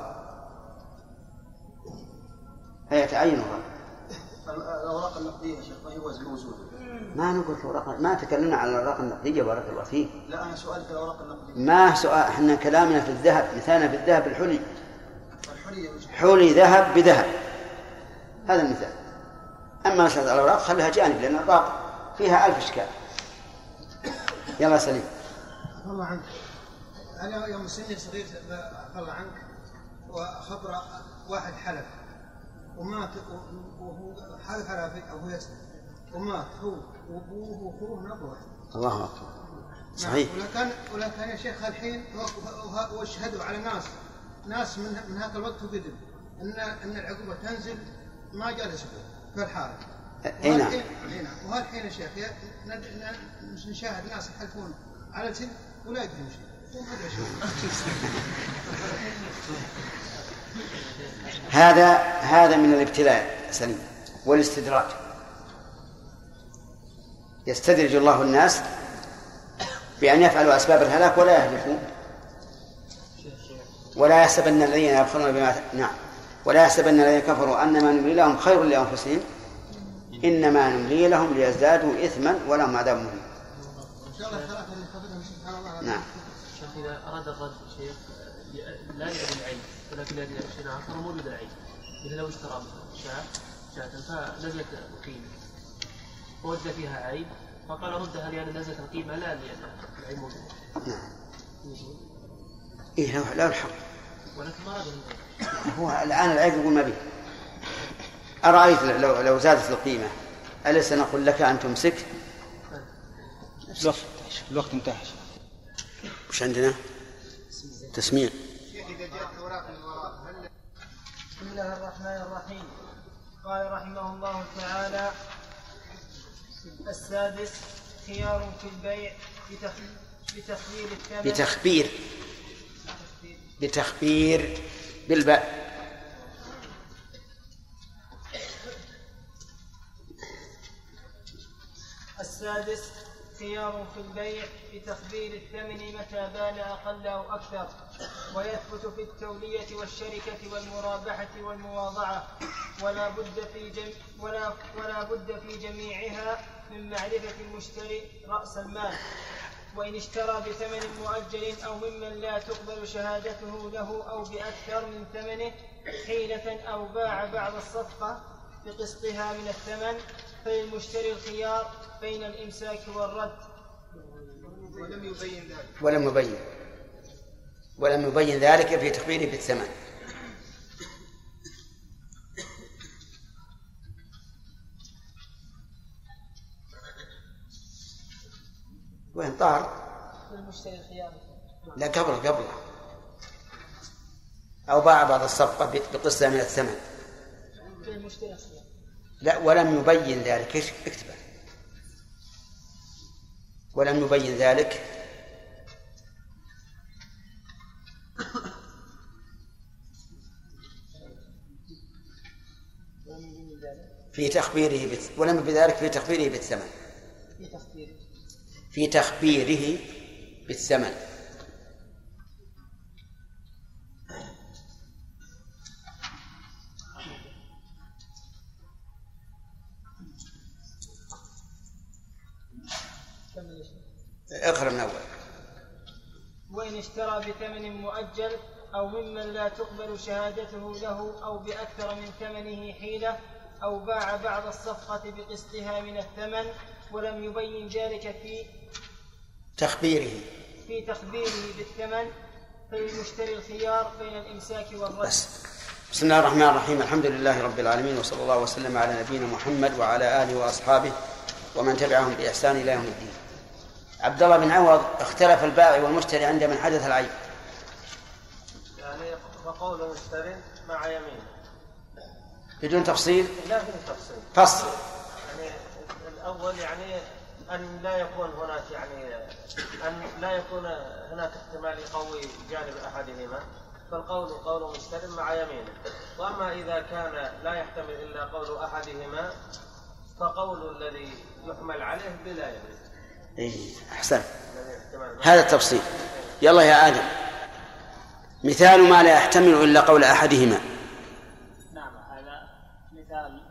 فيتعين الرد. الأوراق النقدية يا شيخ ما هي موجودة. ما نقول الأوراق ما تكلمنا على الأوراق النقدية بارك الله فيه. لا أنا سؤالي في الأوراق النقدية. ما سؤال إحنا كلامنا في الذهب مثالنا في الذهب الحلي. حلي ذهب بذهب هذا المثال. أما مسألة الأوراق خلها جانب لأن الأوراق فيها 1000 إشكال. يلا سليم. الله عنك. أنا يوم سني صغير الله عنك وخبر واحد حلف ومات وهو حلف على أبوه يسلم ومات هو وأبوه وأخوه من أبوه. الله أكبر. صحيح. ولكن يا شيخ الحين واشهدوا على ناس من هذا الوقت وقدم أن العقوبة تنزل ما جلسوا في الحال. نعم. وهالحين يا شيخ نشاهد ناس يحلفون على السن ولا يقدرون شيء. هذا من الابتلاء سليم والاستدراج. يستدرج الله الناس بأن يفعلوا أسباب الهلاك ولا يهلكون. ولا يحسبن الذين يبخلون بما ولا يحسبن الذين كفروا أنما نملي لهم خير لأنفسهم إنما نملي لهم ليزدادوا إثما ولهم عذاب مهين. نعم. شيخ إذا أراد الرد شيخ لا يريد العيب ولكن يريد شيء آخر موجود العيب. إذا لو اشترى شاة فنزلت القيمة ووجد فيها عيب فقال ردها لأن نزلت القيمة لا لأن العيب موجود. نعم. إيه لا الحق. ولكن ما رد هو الآن العيب يقول ما به. أرأيت لو زادت القيمة أليس نقول لك أن تمسك؟ الوقت انتهى. وش عندنا؟ تسميع. بسم الله الرحمن الرحيم. قال رحمه الله تعالى: السادس خيار في البيع بتخبير الثمن بتخبير بالباء. السادس خيار في البيع بتخبير الثمن متى بان أقل أو أكثر، ويثبت في التولية والشركة والمرابحة والمواضعة، ولا بد في جميعها من معرفة المشتري رأس المال. وإن اشترى بثمن مؤجل أو ممن لا تقبل شهادته له أو بأكثر من ثمنه حيلة أو باع بعض الصفقة بقسطها من الثمن فللمشتري الخيار بين الإمساك والرد. ولم يبين ذلك في تخبيره بالثمن. وين طار؟ للمشتري الخيار. لا قبله أو باع بعض الصفقة بقسطها من الثمن. للمشتري الخيار. لا ولم يبين ذلك. اكتبه. ولم يبين ذلك في تخبيره ولم يبين ذلك في تخبيره بالثمن. في تخبيره بالثمن. اقرأ من أول. وإن اشترى بثمن مؤجل أو ممن لا تقبل شهادته له أو بأكثر من ثمنه حيلة أو باع بعض الصفقة بقسطها من الثمن ولم يبين ذلك في تخبيره بالثمن فللمشتري الخيار بين الإمساك والرد. بسم الله الرحمن الرحيم. الحمد لله رب العالمين، وصلى الله وسلم على نبينا محمد وعلى آله وأصحابه ومن تبعهم بإحسان إلى يوم الدين. عبد الله بن عوض: اختلف البائع والمشتري عند من حدث العيب. يعني فقول المشتري مع يمين بدون تفصيل؟ لا بدون تفصيل. فصل. يعني الأول يعني أن لا يكون هناك هناك احتمال يقوي جانب أحدهما، فالقول قول المشتري مع يمينه. وأما إذا كان لا يحتمل إلا قول أحدهما فقول الذي يحمل عليه بلا يمين. أحسن. هذا التفصيل. يلا يا آدم، مثال ما لا يحتمل إلا قول أحدهما. نعم، هذا مثال: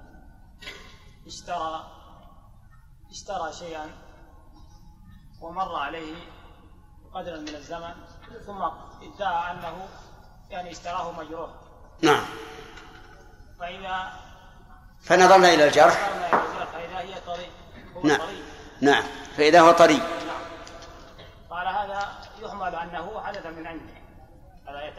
اشترى شيئا ومر عليه قدر من الزمن ثم ادعى أنه يعني اشتراه مجروح. نعم. فنظرنا إلى الجرح. فإذا هي طري. نعم. نعم، فإذا هو طري.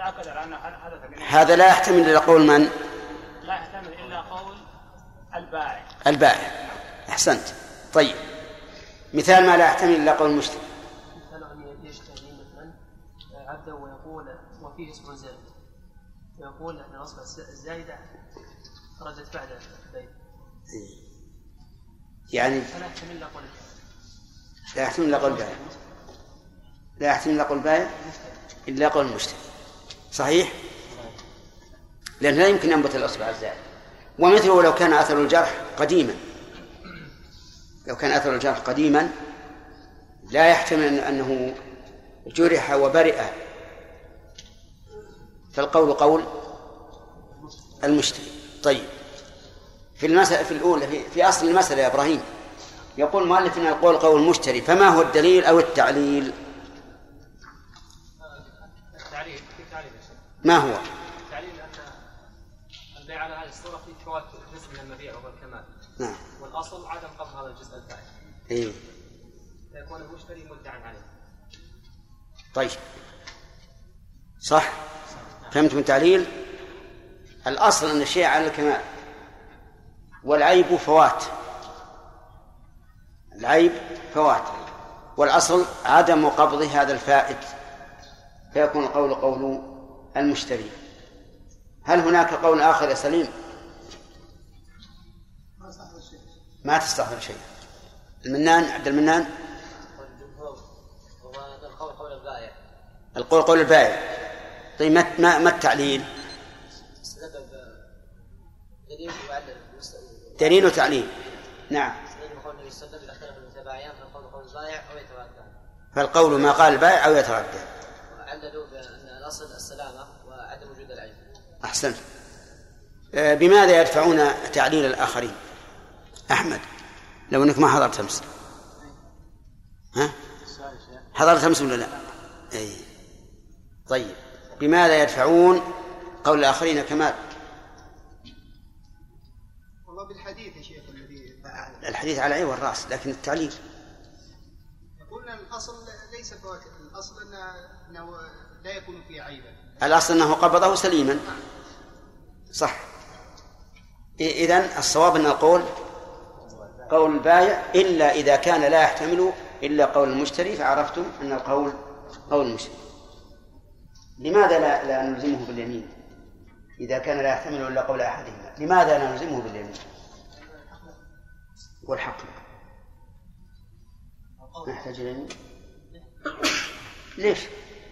أكد على أنه حدث هذا لا يحتمل إلا قول من؟ لا يحتمل إلا قول البائع. البائع، أحسنت. طيب مثال ما لا يحتمل إلا قول المشتري. مثال أن يشتري مثلا عبده ويقول وفيه اسم زائد ويقول أن الأصل الزائدة ردت بعد البيع، يعني فلا يحتمل إلا قول لا يحتمل إلا قول البائع، لا يحتمل إلا قول البائع إلا قول المشتري. صحيح؟ لأن لا يمكن ينبت الأصبع الزائد. ومثله لو كان أثر الجرح قديما، لو كان أثر الجرح قديما لا يحتمل أنه جرح وبرئ، فالقول قول المشتري. طيب في المسألة في الأولى في أصل المسألة يا إبراهيم يقول مؤلف أن القول قول المشتري، فما هو الدليل أو التعليل؟ ما هو؟ التعليل أن البيع على هذه الصورة في فوات جزء من المبيع وهو الكمال. نعم. والأصل عدم قبض هذا الجزء الفائت. إيه. يكون المشتري مدعا عليه. طيب صح. فهمت من تعليل؟ الأصل أن الشيء على الكمال والعيب فوات، العيب فوات، والأصل عدم قبض هذا الفائت، فيكون القول قول المشتري. هل هناك قول آخر يا سليم؟ ما تستحضر شيء. المنان، عبد المنان. القول قول البائع. القول قول البائع. طيب ما التعليل؟ دليل وتعليل. نعم. قول النبي صلى الله عليه وسلم إذا اختلف المتبايعان فالقول قول البائع أو يتردد. فالقول ما قال البائع أو يتردد. وعللوا بأن الأصل السلامة وعدم وجود العيب. أحسنت. بماذا يدفعون تعليل الآخرين؟ أحمد لو أنك ما حضرت أمس. ها؟ حضرت أمس ولا لا؟ أي. طيب بماذا يدفعون قول الآخرين كمال؟ والله بالحديث يا شيخ الذي الحديث على العين والرأس، لكن التعليل قلنا الأصل ليس فوات، الأصل أنه لا يكون فيه عيبا، الأصل أنه قبضه سليما. صح. إذن الصواب أن القول قول البائع إلا إذا كان لا يحتمل إلا قول المشتري، فعرفتم أن القول قول المشتري. لماذا لا نلزمه باليمين إذا كان لا يحتمل إلا قول أحدهما؟ لماذا لا نلزمه باليمين؟ والحق نحتاج اليمين. ليش؟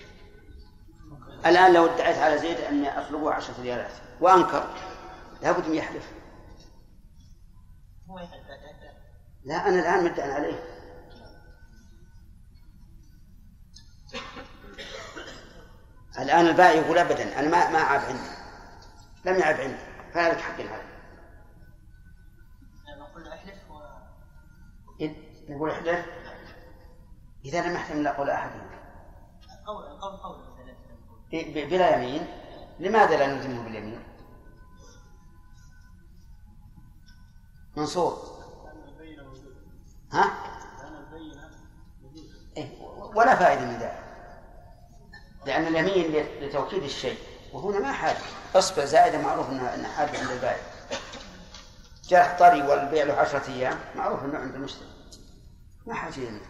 الآن لو ادعيت على زيد أن أطلبه 10 ريالات وأنكر، لابد من يحلف. لا أنا الآن مدعي عليه. الآن البائع يقول أبدا أنا ما عاب عندي، لم يعب عندي، فلا لك حق عليه. يقول احلف إذا لم يحتمل إلا قول أحدهم بلا يمين. لماذا لا نلزمه باليمين؟ منصور. ها؟ إيه؟ ولا فائدة من ذلك، لأن اليمين لتوكيد الشيء، وهنا ما حاجة. أصبع زائدة معروف أنها حاجة عند البائع. جرح طري والبيع له 10 أيام معروف أنه عند المشتري، ما حاجة يمين.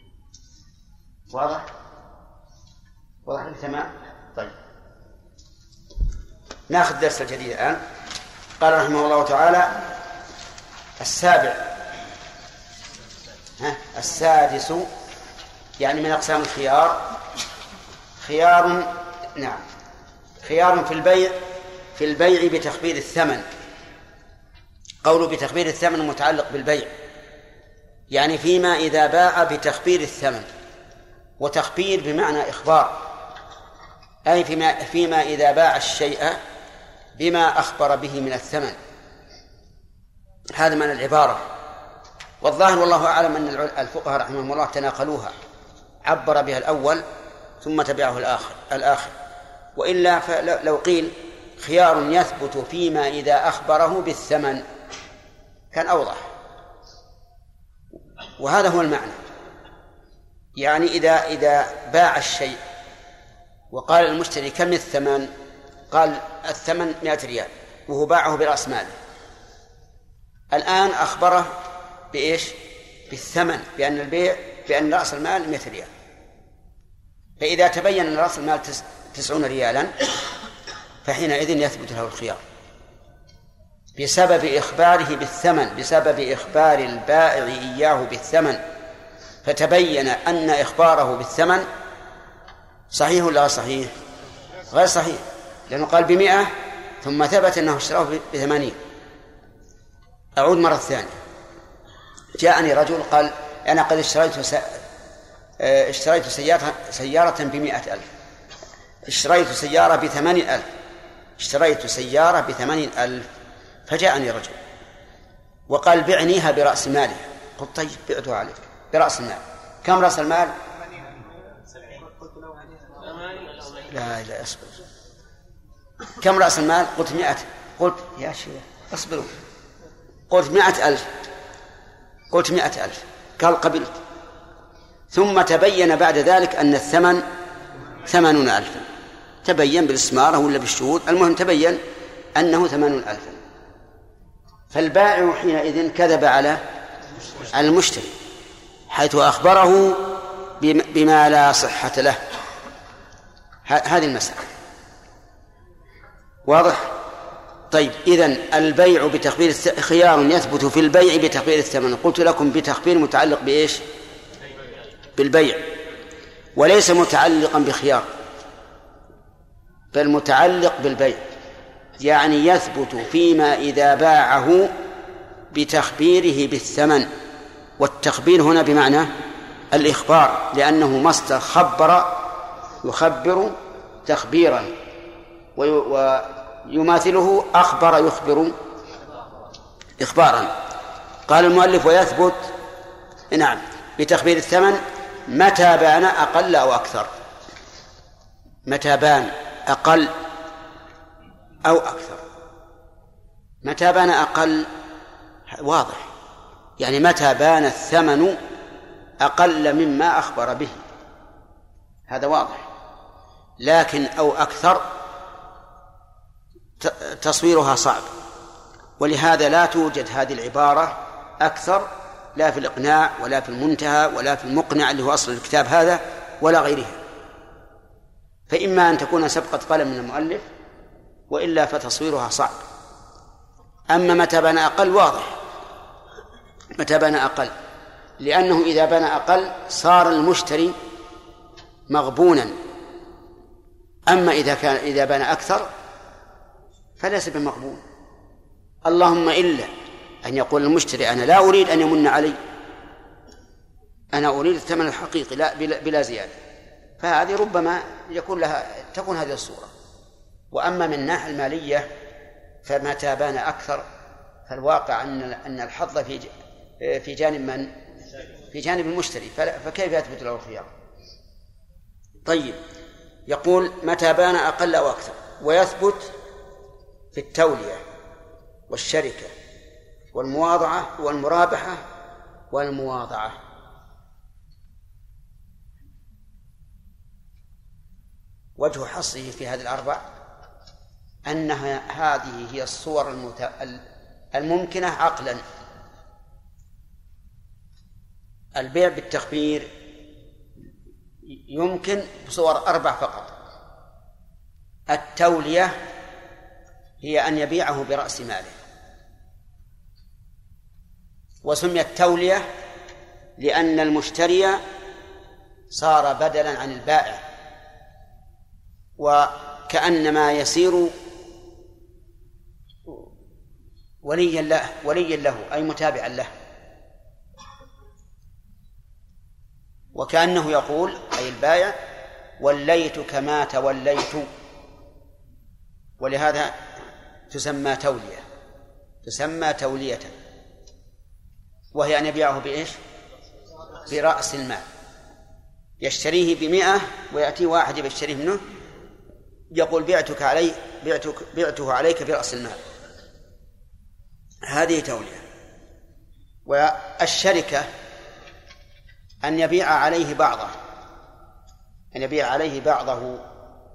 واضح؟ واضح لك تمام؟ طيب ناخذ درس الجديد الآن. قال رحمه الله تعالى: السادس يعني من أقسام الخيار خيار خيار في البيع بتخفيض الثمن. قوله بتخفيض الثمن متعلق بالبيع، يعني فيما إذا باع بتخفيض الثمن، وتخفيض بمعنى إخبار، أي فيما إذا باع الشيء بما أخبر به من الثمن. هذا معنى العبارة. والظاهر والله أعلم أن الفقهاء رحمهم الله تناقلوها، عبر بها الأول ثم تبعه الآخر. وإلا فلو قيل خيار يثبت فيما إذا أخبره بالثمن كان أوضح. وهذا هو المعنى، يعني إذا باع الشيء وقال المشتري كم الثمن؟ قال الثمن 100 ريال، وهو باعه برأس ماله. الآن أخبره بإيش؟ بالثمن، بأن رأس المال 100 ريال. فإذا تبين أن رأس المال 90 ريالا فحينئذ يثبت له الخيار بسبب إخباره بالثمن، بسبب إخبار البائع إياه بالثمن. فتبين أن إخباره بالثمن صحيح ولا غير صحيح؟ غير صحيح، لأنه قال 100 ثم ثبت أنه اشتراه ب80. أعود مرة ثانية. جاءني رجل قال أنا قد اشتريت سيارة ب100,000، اشتريت سيارة ب80,000، اشتريت سيارة ب80,000. فجاءني رجل وقال بعنيها برأس ماله. قلت طيب بعتها عليك برأس المال. كم رأس المال؟ لا أصبر. كم رأس المال؟ قلت 100. قلت يا شيخ أصبروا. قلت 100,000. قلت 100,000. قال قبلت. ثم تبين بعد ذلك أن الثمن 80,000. تبين بالإسمارة ولا بالشهود، المهم تبين أنه 80,000. فالبائع حينئذ كذب على المشتري حيث أخبره بما لا صحة له. هذه المسألة واضح؟ طيب إذن البيع بتخبير خيار يثبت في البيع بتخبير الثمن. قلت لكم بتخبير متعلق بإيش؟ بالبيع، وليس متعلقا بخيار، بل متعلق بالبيع. يعني يثبت فيما إذا باعه بتخبيره بالثمن. والتخبير هنا بمعنى الإخبار، لأنه مصدر خبر يخبر تخبيرا، ويماثله أخبر يخبر إخبارا. قال المؤلف ويثبت نعم بتخبير الثمن متى بان أقل أو أكثر. متى بان أقل أو أكثر. متى بان أقل واضح، يعني متى بان الثمن أقل مما أخبر به، هذا واضح. لكن أو أكثر تصويرها صعب، ولهذا لا توجد هذه العبارة أكثر لا في الإقناع ولا في المنتهى ولا في المقنع اللي هو أصل الكتاب هذا ولا غيرها. فإما أن تكون سبقة قلم من المؤلف، وإلا فتصويرها صعب. أما متى بنى أقل واضح، متى بنى أقل، لأنه إذا بنى أقل صار المشتري مغبونا. أما إذا بنى أكثر فليس بمغبون، اللهم إلا أن يقول المشتري أنا لا أريد أن يمن علي، أنا أريد الثمن الحقيقي لا بلا زيادة، فهذه ربما تكون هذه الصورة. وأما من الناحية المالية فمتى بان أكثر فالواقع أن الحظ في جانب من؟ في جانب المشتري، فكيف يثبت له الخيار؟ طيب يقول متى بان أقل أو أكثر. ويثبت في التولية والشركة والمواضعة والمرابحة والمواضعة. وجه حصره في هذه الأربع أنها هذه هي الصور الممكنة عقلا. البيع بالتخبير يمكن بصور 4 فقط. التولية هي أن يبيعه برأس ماله، وسميت التولية لأن المشتري صار بدلا عن البائع، وكأنما يصير وليا له أي متابعا له، وكأنه يقول أي البائع وليتك ما توليت. ولهذا تسمى تولية، تسمى تولية، وهي أن يبيعه بإيش؟ برأس المال. يشتريه ب100 ويأتي واحد يشتريه منه يقول بعته عليك برأس المال، هذه تولية. والشركة أن يبيع عليه بعضه،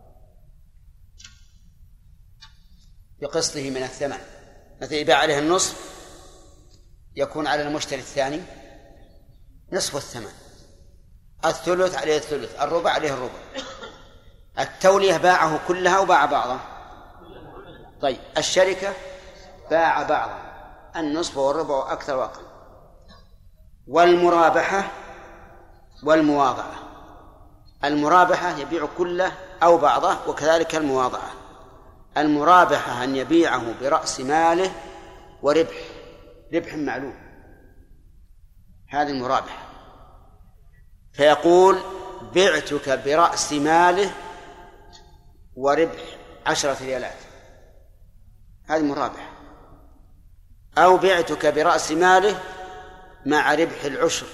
بقسطه من الثمن، مثل يباع عليه النصف يكون على المشتري الثاني نصف الثمن، الثلث عليه الثلث، الربع عليه الربع. التولية باعه كلها وباع بعضه. طيب الشركة باع بعضه، النصف والربع وأكثر وأقل. والمرابحة والمواضعة، المرابحة يبيع كله أو بعضه، وكذلك المواضعة. المرابحة أن يبيعه برأس ماله وربح معلوم، هذه المرابحة. فيقول بعتك برأس ماله وربح 10 ريالات، هذه مرابحة. أو بعتك برأس ماله مع ربح العشر،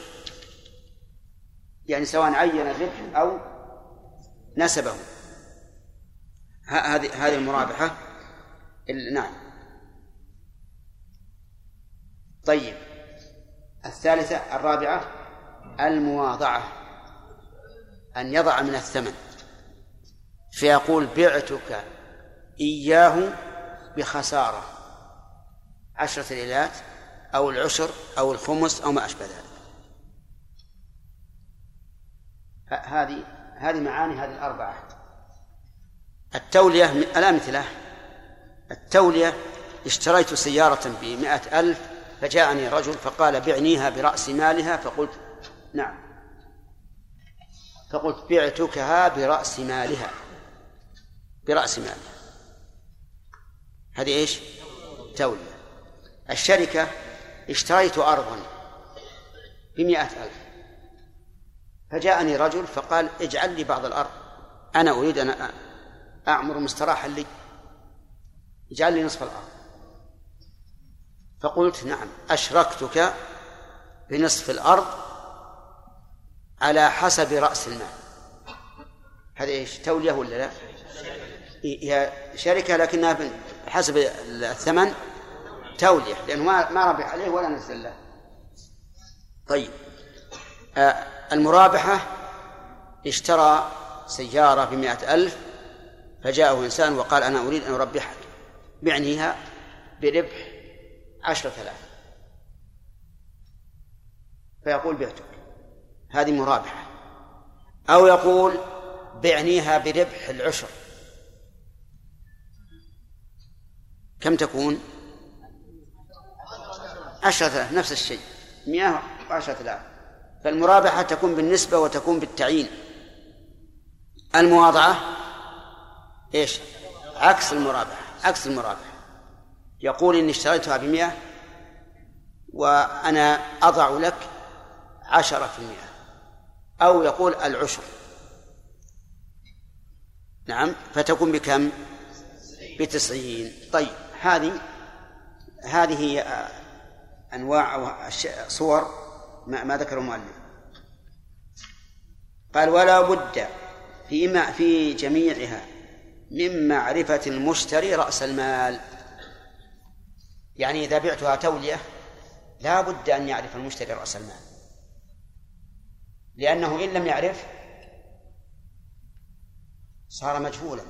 يعني سواء عين الربح أو نسبه، هذه المرابحة. نعم. طيب الثالثة الرابعة المواضعة، أن يضع من الثمن، فيقول بعتك إياه بخسارة 10 ريالات أو العشر أو الخمس أو ما أشبه ذلك. هذه معاني هذه الأربعة. التولية الأمثلة: التولية اشتريت سيارة ب100,000 فجاءني رجل فقال بعنيها برأس مالها، فقلت نعم، فقلت بعتكها برأس مالها، هذه إيش؟ تولية. الشركة اشتريت أرضا ب100,000 فجاءني رجل فقال اجعل لي بعض الأرض، أنا أريد أن أعمر مستراحا لي، اجعل لي نصف الأرض. فقلت نعم، أشركتك بنصف الأرض على حسب رأس المال. هذا إيش؟ تولية ولا لا؟ هي شركة لكنها حسب الثمن تولية، لأنه ما ربح عليه ولا نزل له. طيب المرابحة: اشترى سيارة ب100,000 فجاءه إنسان وقال أنا أريد أن أربحك، بعنيها بربح 10,000، فيقول بعتك، هذه مرابحة. أو يقول بعنيها بربح العشر، كم تكون؟ 10,000، نفس الشيء، 110,000. فالمرابحة تكون بالنسبة وتكون بالتعيين. المواضعة إيش؟ عكس المرابحة، يقول إني اشتريتها ب100 وأنا أضع لك 10%، أو يقول العشر، نعم، فتكون بكم؟ ب90. طيب هذه هي أنواع أو صور ما ذكر المؤلف. قال ولا بد في جميعها من معرفة المشتري رأس المال، يعني إذا بعتها تولية لا بد أن يعرف المشتري رأس المال، لأنه إن لم يعرف صار مجهولا،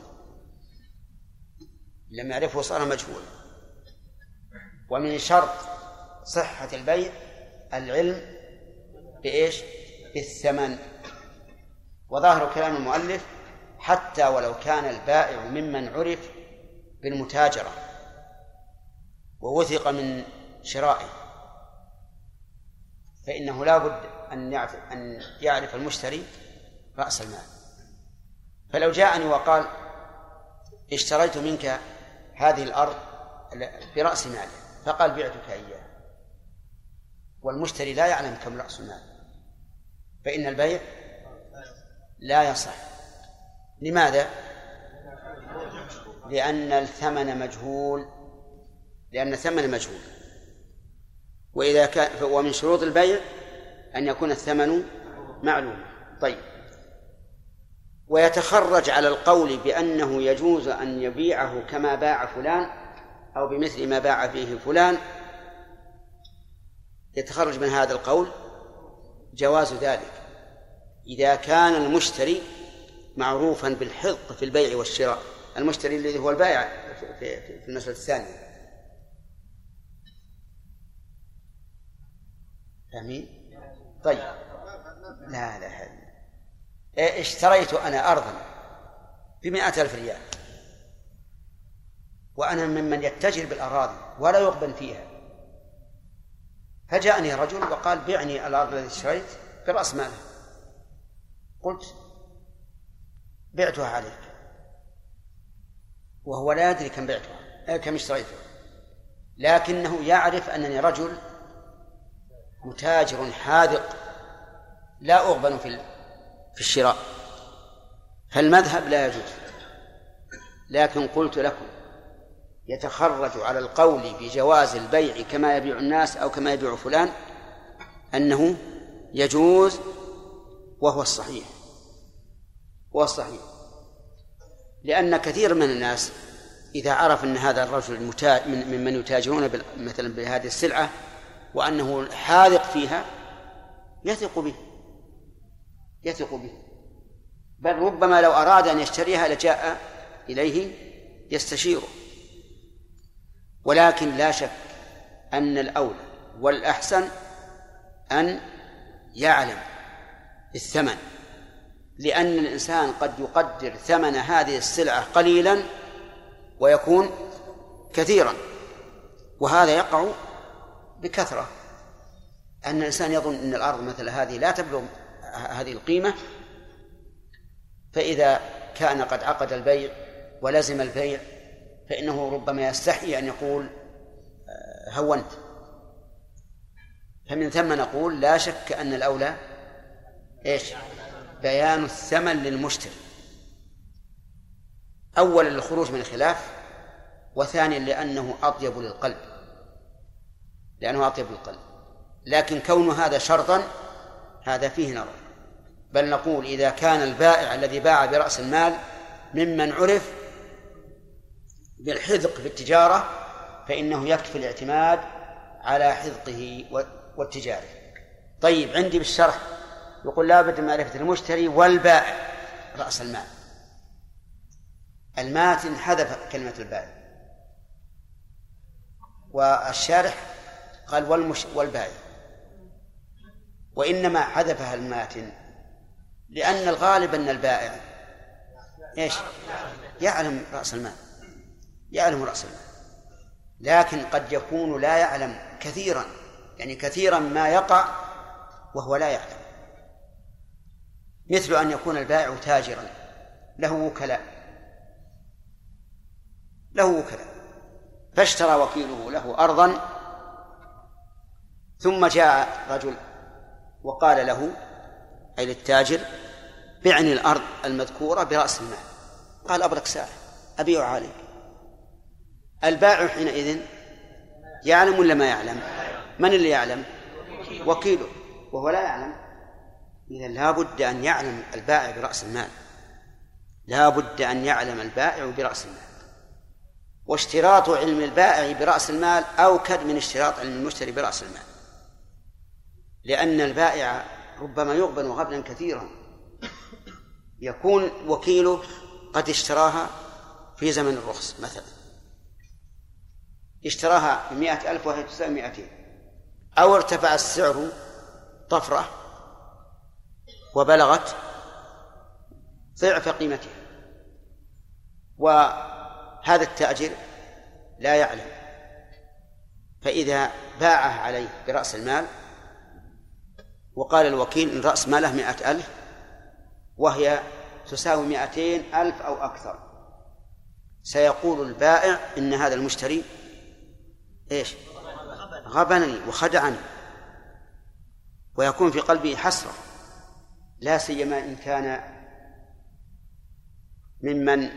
لم يعرفه صار مجهولا. ومن شرط صحة البيع العلم بإيش؟ بالثمن. وظاهر كلام المؤلف حتى ولو كان البائع ممن عرف بالمتاجرة ووثق من شرائه، فإنه لا بد أن يعرف المشتري رأس المال. فلو جاءني وقال اشتريت منك هذه الأرض برأس ماله، فقال بعتك إياه، والمشتري لا يعلم كم رأس المال، فإن البيع لا يصح. لماذا؟ لأن الثمن مجهول، وإذا كان ومن شروط البيع أن يكون الثمن معلوم. طيب، ويتخرج على القول بأنه يجوز أن يبيعه كما باع فلان أو بمثل ما باع فيه فلان، يتخرج من هذا القول جواز ذلك إذا كان المشتري معروفا بالحق في البيع والشراء، المشتري الذي هو البائع في المسألة الثانية. فاهمين؟ طيب. لا اشتريت أنا أرضا ب100,000 ريال، وأنا ممن يتجر بالأراضي ولا يقبل فيها، فجاءني رجل وقال بعني الأرض التي اشتريت برأس ماله. قلت بعتها عليك، وهو لا يدري كم بعتها كم اشتريتها، لكنه يعرف أنني رجل متاجر حاذق لا أغبن في الشراء، فالمذهب لا يجوز. لكن قلت لكم يتخرج على القول بجواز البيع كما يبيع الناس أو كما يبيع فلان أنه يجوز، وهو الصحيح، لأن كثير من الناس إذا عرف أن هذا الرجل ممن يتاجرون مثلا بهذه السلعة وأنه حاذق فيها يثق به، بل ربما لو أراد أن يشتريها لجاء إليه يستشيره. ولكن لا شك أن الأولى والأحسن أن يعلم الثمن، لأن الإنسان قد يقدر ثمن هذه السلعة قليلا ويكون كثيرا، وهذا يقع بكثرة. أن الإنسان يظن أن الأرض مثل هذه لا تبلغ هذه القيمة، فإذا كان قد عقد البيع ولزم البيع فإنه ربما يستحي أن يقول هونت. فمن ثم نقول لا شك أن الأولى بيان الثمن للمشتري، أولا للخروج من الخلاف، وثانيا لأنه أطيب للقلب، لكن كون هذا شرطا هذا فيه نظر. بل نقول إذا كان البائع الذي باع برأس المال ممن عرف بالحذق في التجارة فإنه يكفي الاعتماد على حذقه والتجارة. طيب، عندي بالشرح يقول لا بد من معرفة المشتري والبائع رأس المال. الماتن حذف كلمة البائع، والشارح قال والبائع، وإنما حذفها الماتن لأن الغالب أن البائع يعلم رأس المال، لكن قد يكون لا يعلم كثيرا، يعني كثيرا ما يقع وهو لا يعلم، مثل أن يكون البائع تاجرا له وكلاء فاشترى وكيله له أرضا، ثم جاء رجل وقال له أي للتاجر بعني الأرض المذكورة برأس المال. قال أبرك ساعة أبيع عليك. البائع حينئذ يعلم ولا ما يعلم؟ من اللي يعلم؟ وكيله، وهو لا يعلم. إذا لا بد أن يعلم البائع برأس المال، واشتراط علم البائع برأس المال أوكد من اشتراط علم المشتري برأس المال، لأن البائع ربما يغبن غبنا كثيرا، يكون وكيله قد اشتراها في زمن الرخص مثلا، اشتراها ب100,000 وهي تساوي 200، أو ارتفع السعر طفرة وبلغت ضعف قيمتها، وهذا التاجر لا يعلم، فإذا باعه عليه برأس المال وقال الوكيل إن رأس ماله 100,000 وهي تساوي 200,000 أو أكثر، سيقول البائع إن هذا المشتري غبنني وخدعني، ويكون في قلبه حسرة، لا سيما إن كان ممن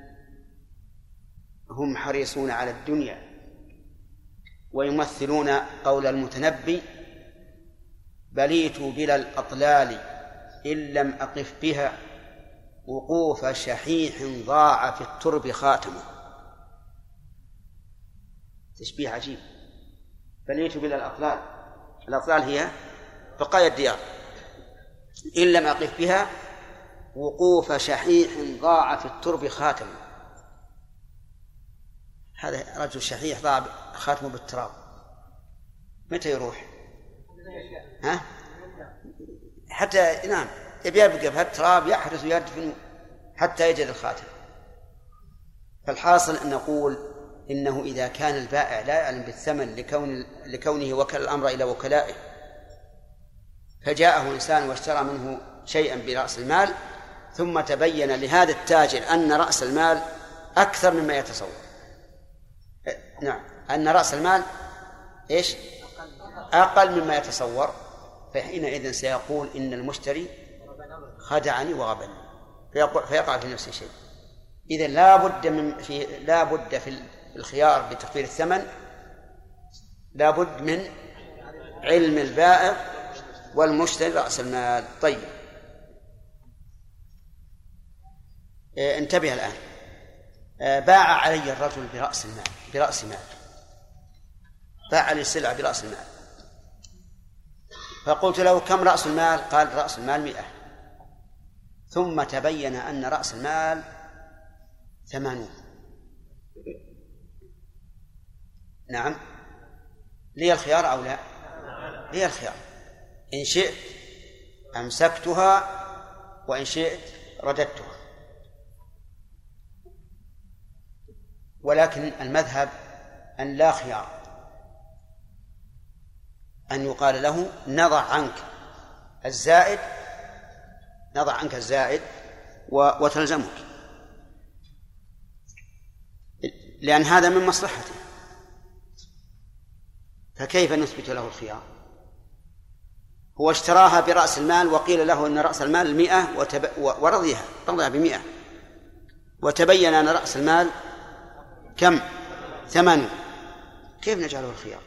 هم حريصون على الدنيا ويمثلون قول المتنبي بليت بلا الأطلال إن لم أقف بها وقوف شحيح ضاع في الترب خاتمه. تشبيه عجيب. بليت بلا الأطلال، الأطلال هي بقايا الديار، إن لم أقف بها وقوف شحيح ضاع في الترب خاتمه. هذا رجل شحيح ضاع خاتمه بالتراب، متى يروح؟ ها؟ حتى نعم يبقى بهالتراب يحرس ويدفن حتى يجد الخاتم. فالحاصل أن نقول إنه إذا كان البائع لا يعلم بالثمن لكونه وكل الأمر إلى وكلائه، فجاءه إنسان واشترى منه شيئا برأس المال، ثم تبين لهذا التاجر أن رأس المال أكثر مما يتصور، نعم أن رأس المال إيش؟ أقل مما يتصور، فحينئذ سيقول إن المشتري خدعني وغبني، فيقع في نفس الشيء. إذن لا بد في الخيار بتخفيض الثمن، لا بد من علم البائع والمشتري رأس المال. طيب انتبه الآن، باع علي الرجل برأس مال، باع لي السلعة برأس المال، فقلت له كم رأس المال؟ قال رأس المال 100. ثم تبين أن رأس المال 80. نعم، لي الخيار أو لا؟ لي الخيار، إن شئت أمسكتها وإن شئت رددتها، ولكن المذهب أن لا خيار، أن يقال له نضع عنك الزائد وتلزمك، لأن هذا من مصلحته، فكيف نثبت له الخيار؟ هو اشتراها برأس المال وقيل له أن رأس المال 100 ورضيها 100، وتبين أن رأس المال كم؟ 80. كيف نجعله الخيار؟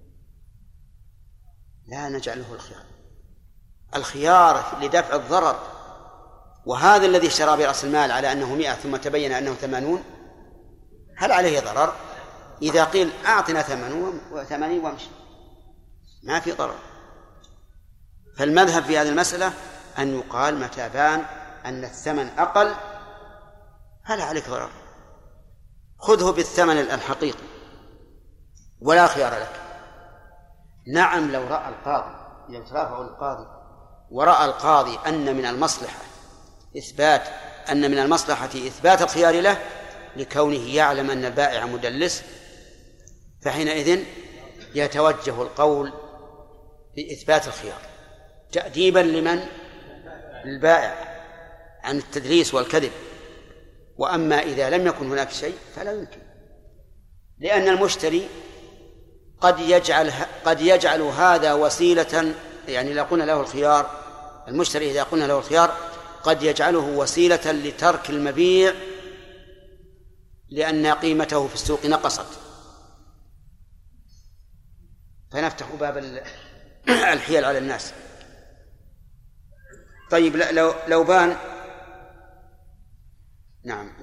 لا نجعله الخيار لدفع الضرر، وهذا الذي اشترى برأس المال على أنه 100 ثم تبين أنه 80، هل عليه ضرر؟ إذا قيل أعطنا 80 وامشي ما في ضرر. فالمذهب في هذه المسألة أن يقال متى بان أن الثمن أقل فلا عليك ضرر، خذه بالثمن الحقيقي ولا خيار لك. نعم، لو ترافع القاضي ورأى القاضي أن من المصلحة إثبات الخيار له لكونه يعلم أن البائع مدلس، فحينئذ يتوجه القول بإثبات الخيار تأديبا لمن؟ البائع عن التدليس والكذب. وأما إذا لم يكن هناك شيء فلا يمكن، لأن المشتري قد يجعل هذا وسيلة، يعني إذا قلنا له الخيار، المشتري إذا قلنا له الخيار قد يجعله وسيلة لترك المبيع لأن قيمته في السوق نقصت، فنفتح باب الحيل على الناس. طيب لو بان، نعم،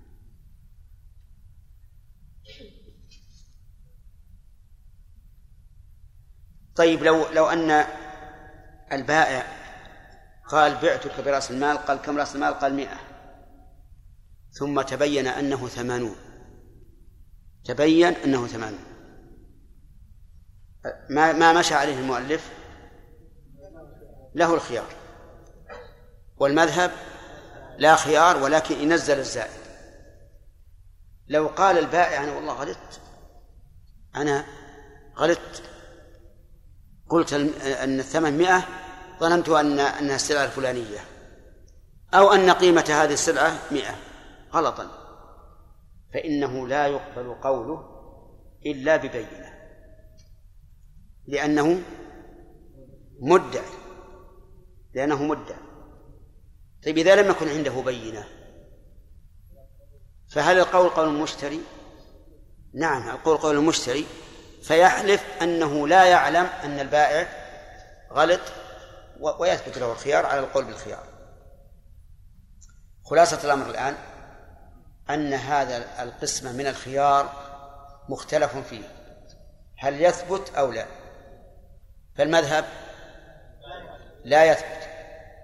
طيب لو أن البائع قال بعتك برأس المال، قال كم رأس المال؟ قال 100، ثم تبين أنه 80، ما مشى عليه المؤلف، له الخيار، والمذهب لا خيار ولكن ينزل الزائد. لو قال البائع أنا والله غلطت قلت أن الثمن 100، ظننت أنها السلعة الفلانية، أو أن قيمة هذه السلعة 100 غلطا، فإنه لا يقبل قوله إلا ببينة، لأنه مدعي. طيب إذا لم يكن عنده بينة فهل القول قول المشتري؟ نعم، القول قول المشتري، فيحلف أنه لا يعلم أن البائع غلط ويثبت له الخيار على القول بالخيار. خلاصة الأمر الآن أن هذا القسم من الخيار مختلف فيه، هل يثبت أو لا؟ فالمذهب لا يثبت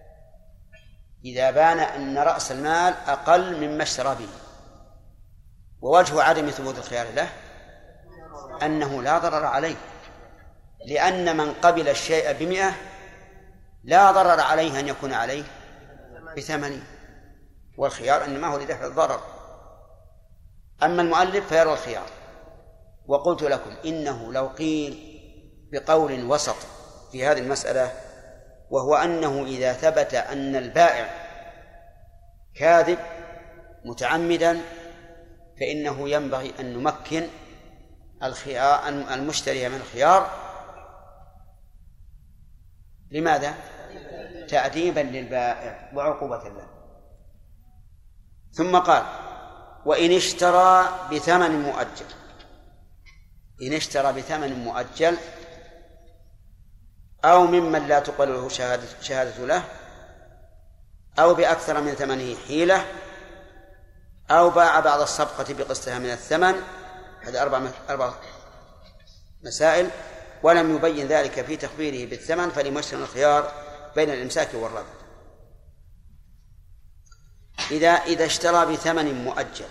إذا بان أن رأس المال أقل مما اشترى به، ووجه عدم ثبوت الخيار له أنه لا ضرر عليه، لأن من قبل الشيء ب100 لا ضرر عليه أن يكون عليه ب80، والخيار إنما هو لدفع الضرر. أما المؤلف فيرى الخيار. وقلت لكم إنه لو قيل بقول وسط في هذه المسألة، وهو أنه إذا ثبت أن البائع كاذب متعمدا فإنه ينبغي أن نمكن المشتري من الخيار. لماذا؟ تأديبا للبائع وعقوبة له. ثم قال: وإن اشترى بثمن مؤجل، إن اشترى بثمن مؤجل أو ممن لا تقبل له شهادة له، أو بأكثر من ثمنه حيلة، أو باع بعض الصفقة بقسطها من الثمن. هذه 4 مسائل، ولم يبين ذلك في تخبيره بالثمن، فلمشتري الخيار بين الإمساك والرد. إذا اشترى بثمن مؤجل،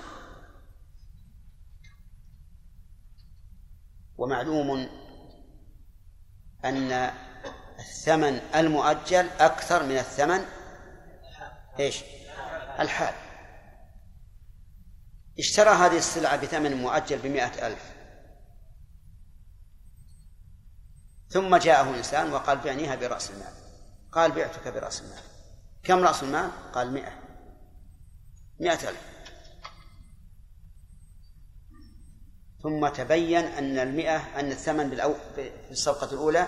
ومعلوم أن الثمن المؤجل أكثر من الثمن الحال. اشترى هذه السلعة بثمن مؤجل ب100,000، ثم جاءه إنسان وقال: بعنيها برأس المال. قال: بعتك برأس المال. كم رأس المال؟ قال: 100,000. ثم تبين أن الثمن في الصفقة الأولى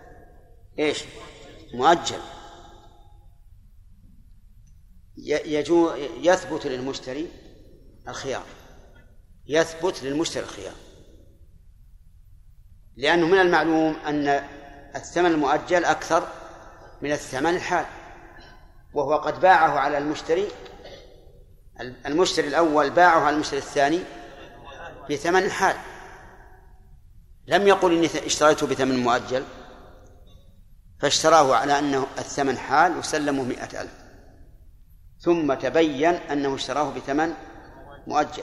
مؤجل. يثبت للمشتري الخيار، لأنه من المعلوم أن الثمن المؤجل أكثر من الثمن الحال، وهو قد باعه على المشتري الأول باعه على المشتري الثاني بثمن الحال. لم يقل إني اشتريته بثمن مؤجل، فاشتراه على أنه الثمن حال وسلمه 100,000، ثم تبين أنه اشتراه بثمن مؤجل.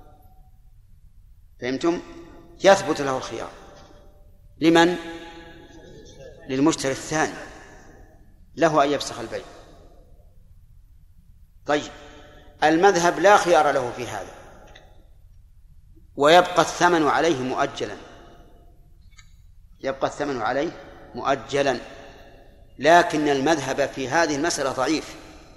فهمتم؟ يثبت له الخيار. لمن؟ للمشتري الثاني، له أن يفسخ البيع. طيب، المذهب لا خيار له في هذا، ويبقى الثمن عليه مؤجلا، لكن المذهب في هذه المسألة ضعيف،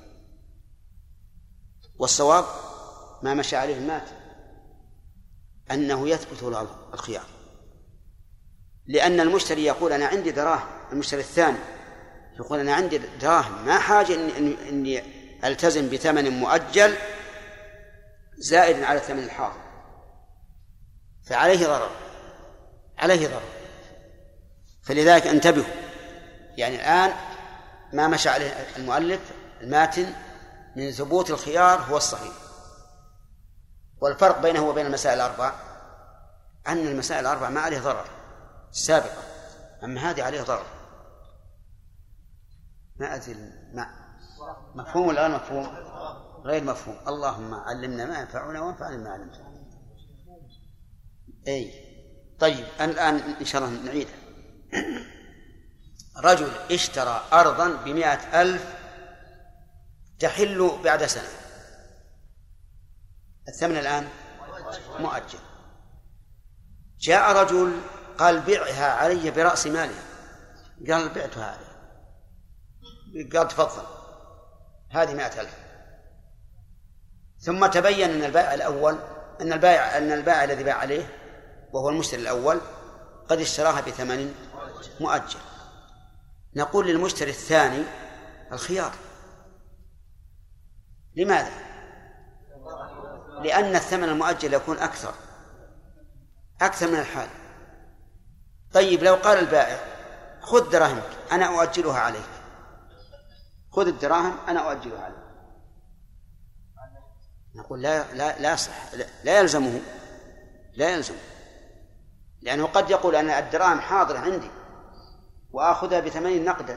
والصواب ما مشى عليه المات أنه يثبت له الخيار، لأن المشتري يقول: أنا عندي دراهم، المشتري الثاني يقول: أنا عندي دراهم، ما حاجة إني ألتزم بثمن مؤجل زائد على الثمن الحاضر، فعليه ضرر. فلذلك انتبهوا، يعني الآن ما مشى عليه المؤلف الماتن من ثبوت الخيار هو الصحيح. والفرق بينه وبين المسائل 4 أن المسائل 4 ما عليه ضرر السابقة، أما هذه عليه ضرر. ما أدري مفهوم ولا غير مفهوم؟ غير مفهوم. اللهم علمنا ما ينفعنا وانفعنا ما علمتنا. طيب، الآن إن شاء الله نعيدها. رجل اشترى أرضا ب100,000 تحل بعد سنة، الثمن الآن مؤجل. جاء رجل قال: بعها علي برأس مالها. قال: بعتها علي. قال: تفضل، هذه 100,000. ثم تبين أن البائع الذي باع عليه وهو المشتري الأول قد اشتراها بثمن مؤجل. نقول للمشتري الثاني الخيار. لماذا؟ لأن الثمن المؤجل يكون أكثر من الحال. طيب، لو قال البائع: خذ دراهمك أنا أؤجلها عليك، خذ الدراهم أنا أؤجلها عليك، نقول لا صح، لا يلزم، لأنه قد يقول: أنا الدراهم حاضرة عندي وآخذها ب80 نقدا،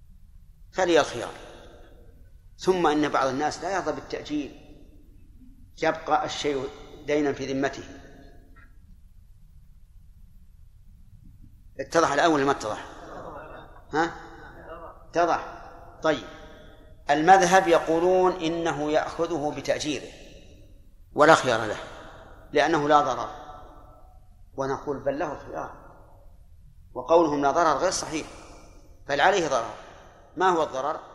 فلي الخيار. ثم إن بعض الناس لا يرضى بالتأجيل، يبقى الشيء دينا في ذمته. اتضح الأول ما اتضح؟ ها؟ اتضح. طيب المذهب يقولون إنه يأخذه بتأجيره ولا خيار له لأنه لا ضرر، ونقول بل له خيار، وقولهم لا ضرر غير صحيح، بل عليه ضرر. ما هو الضرر؟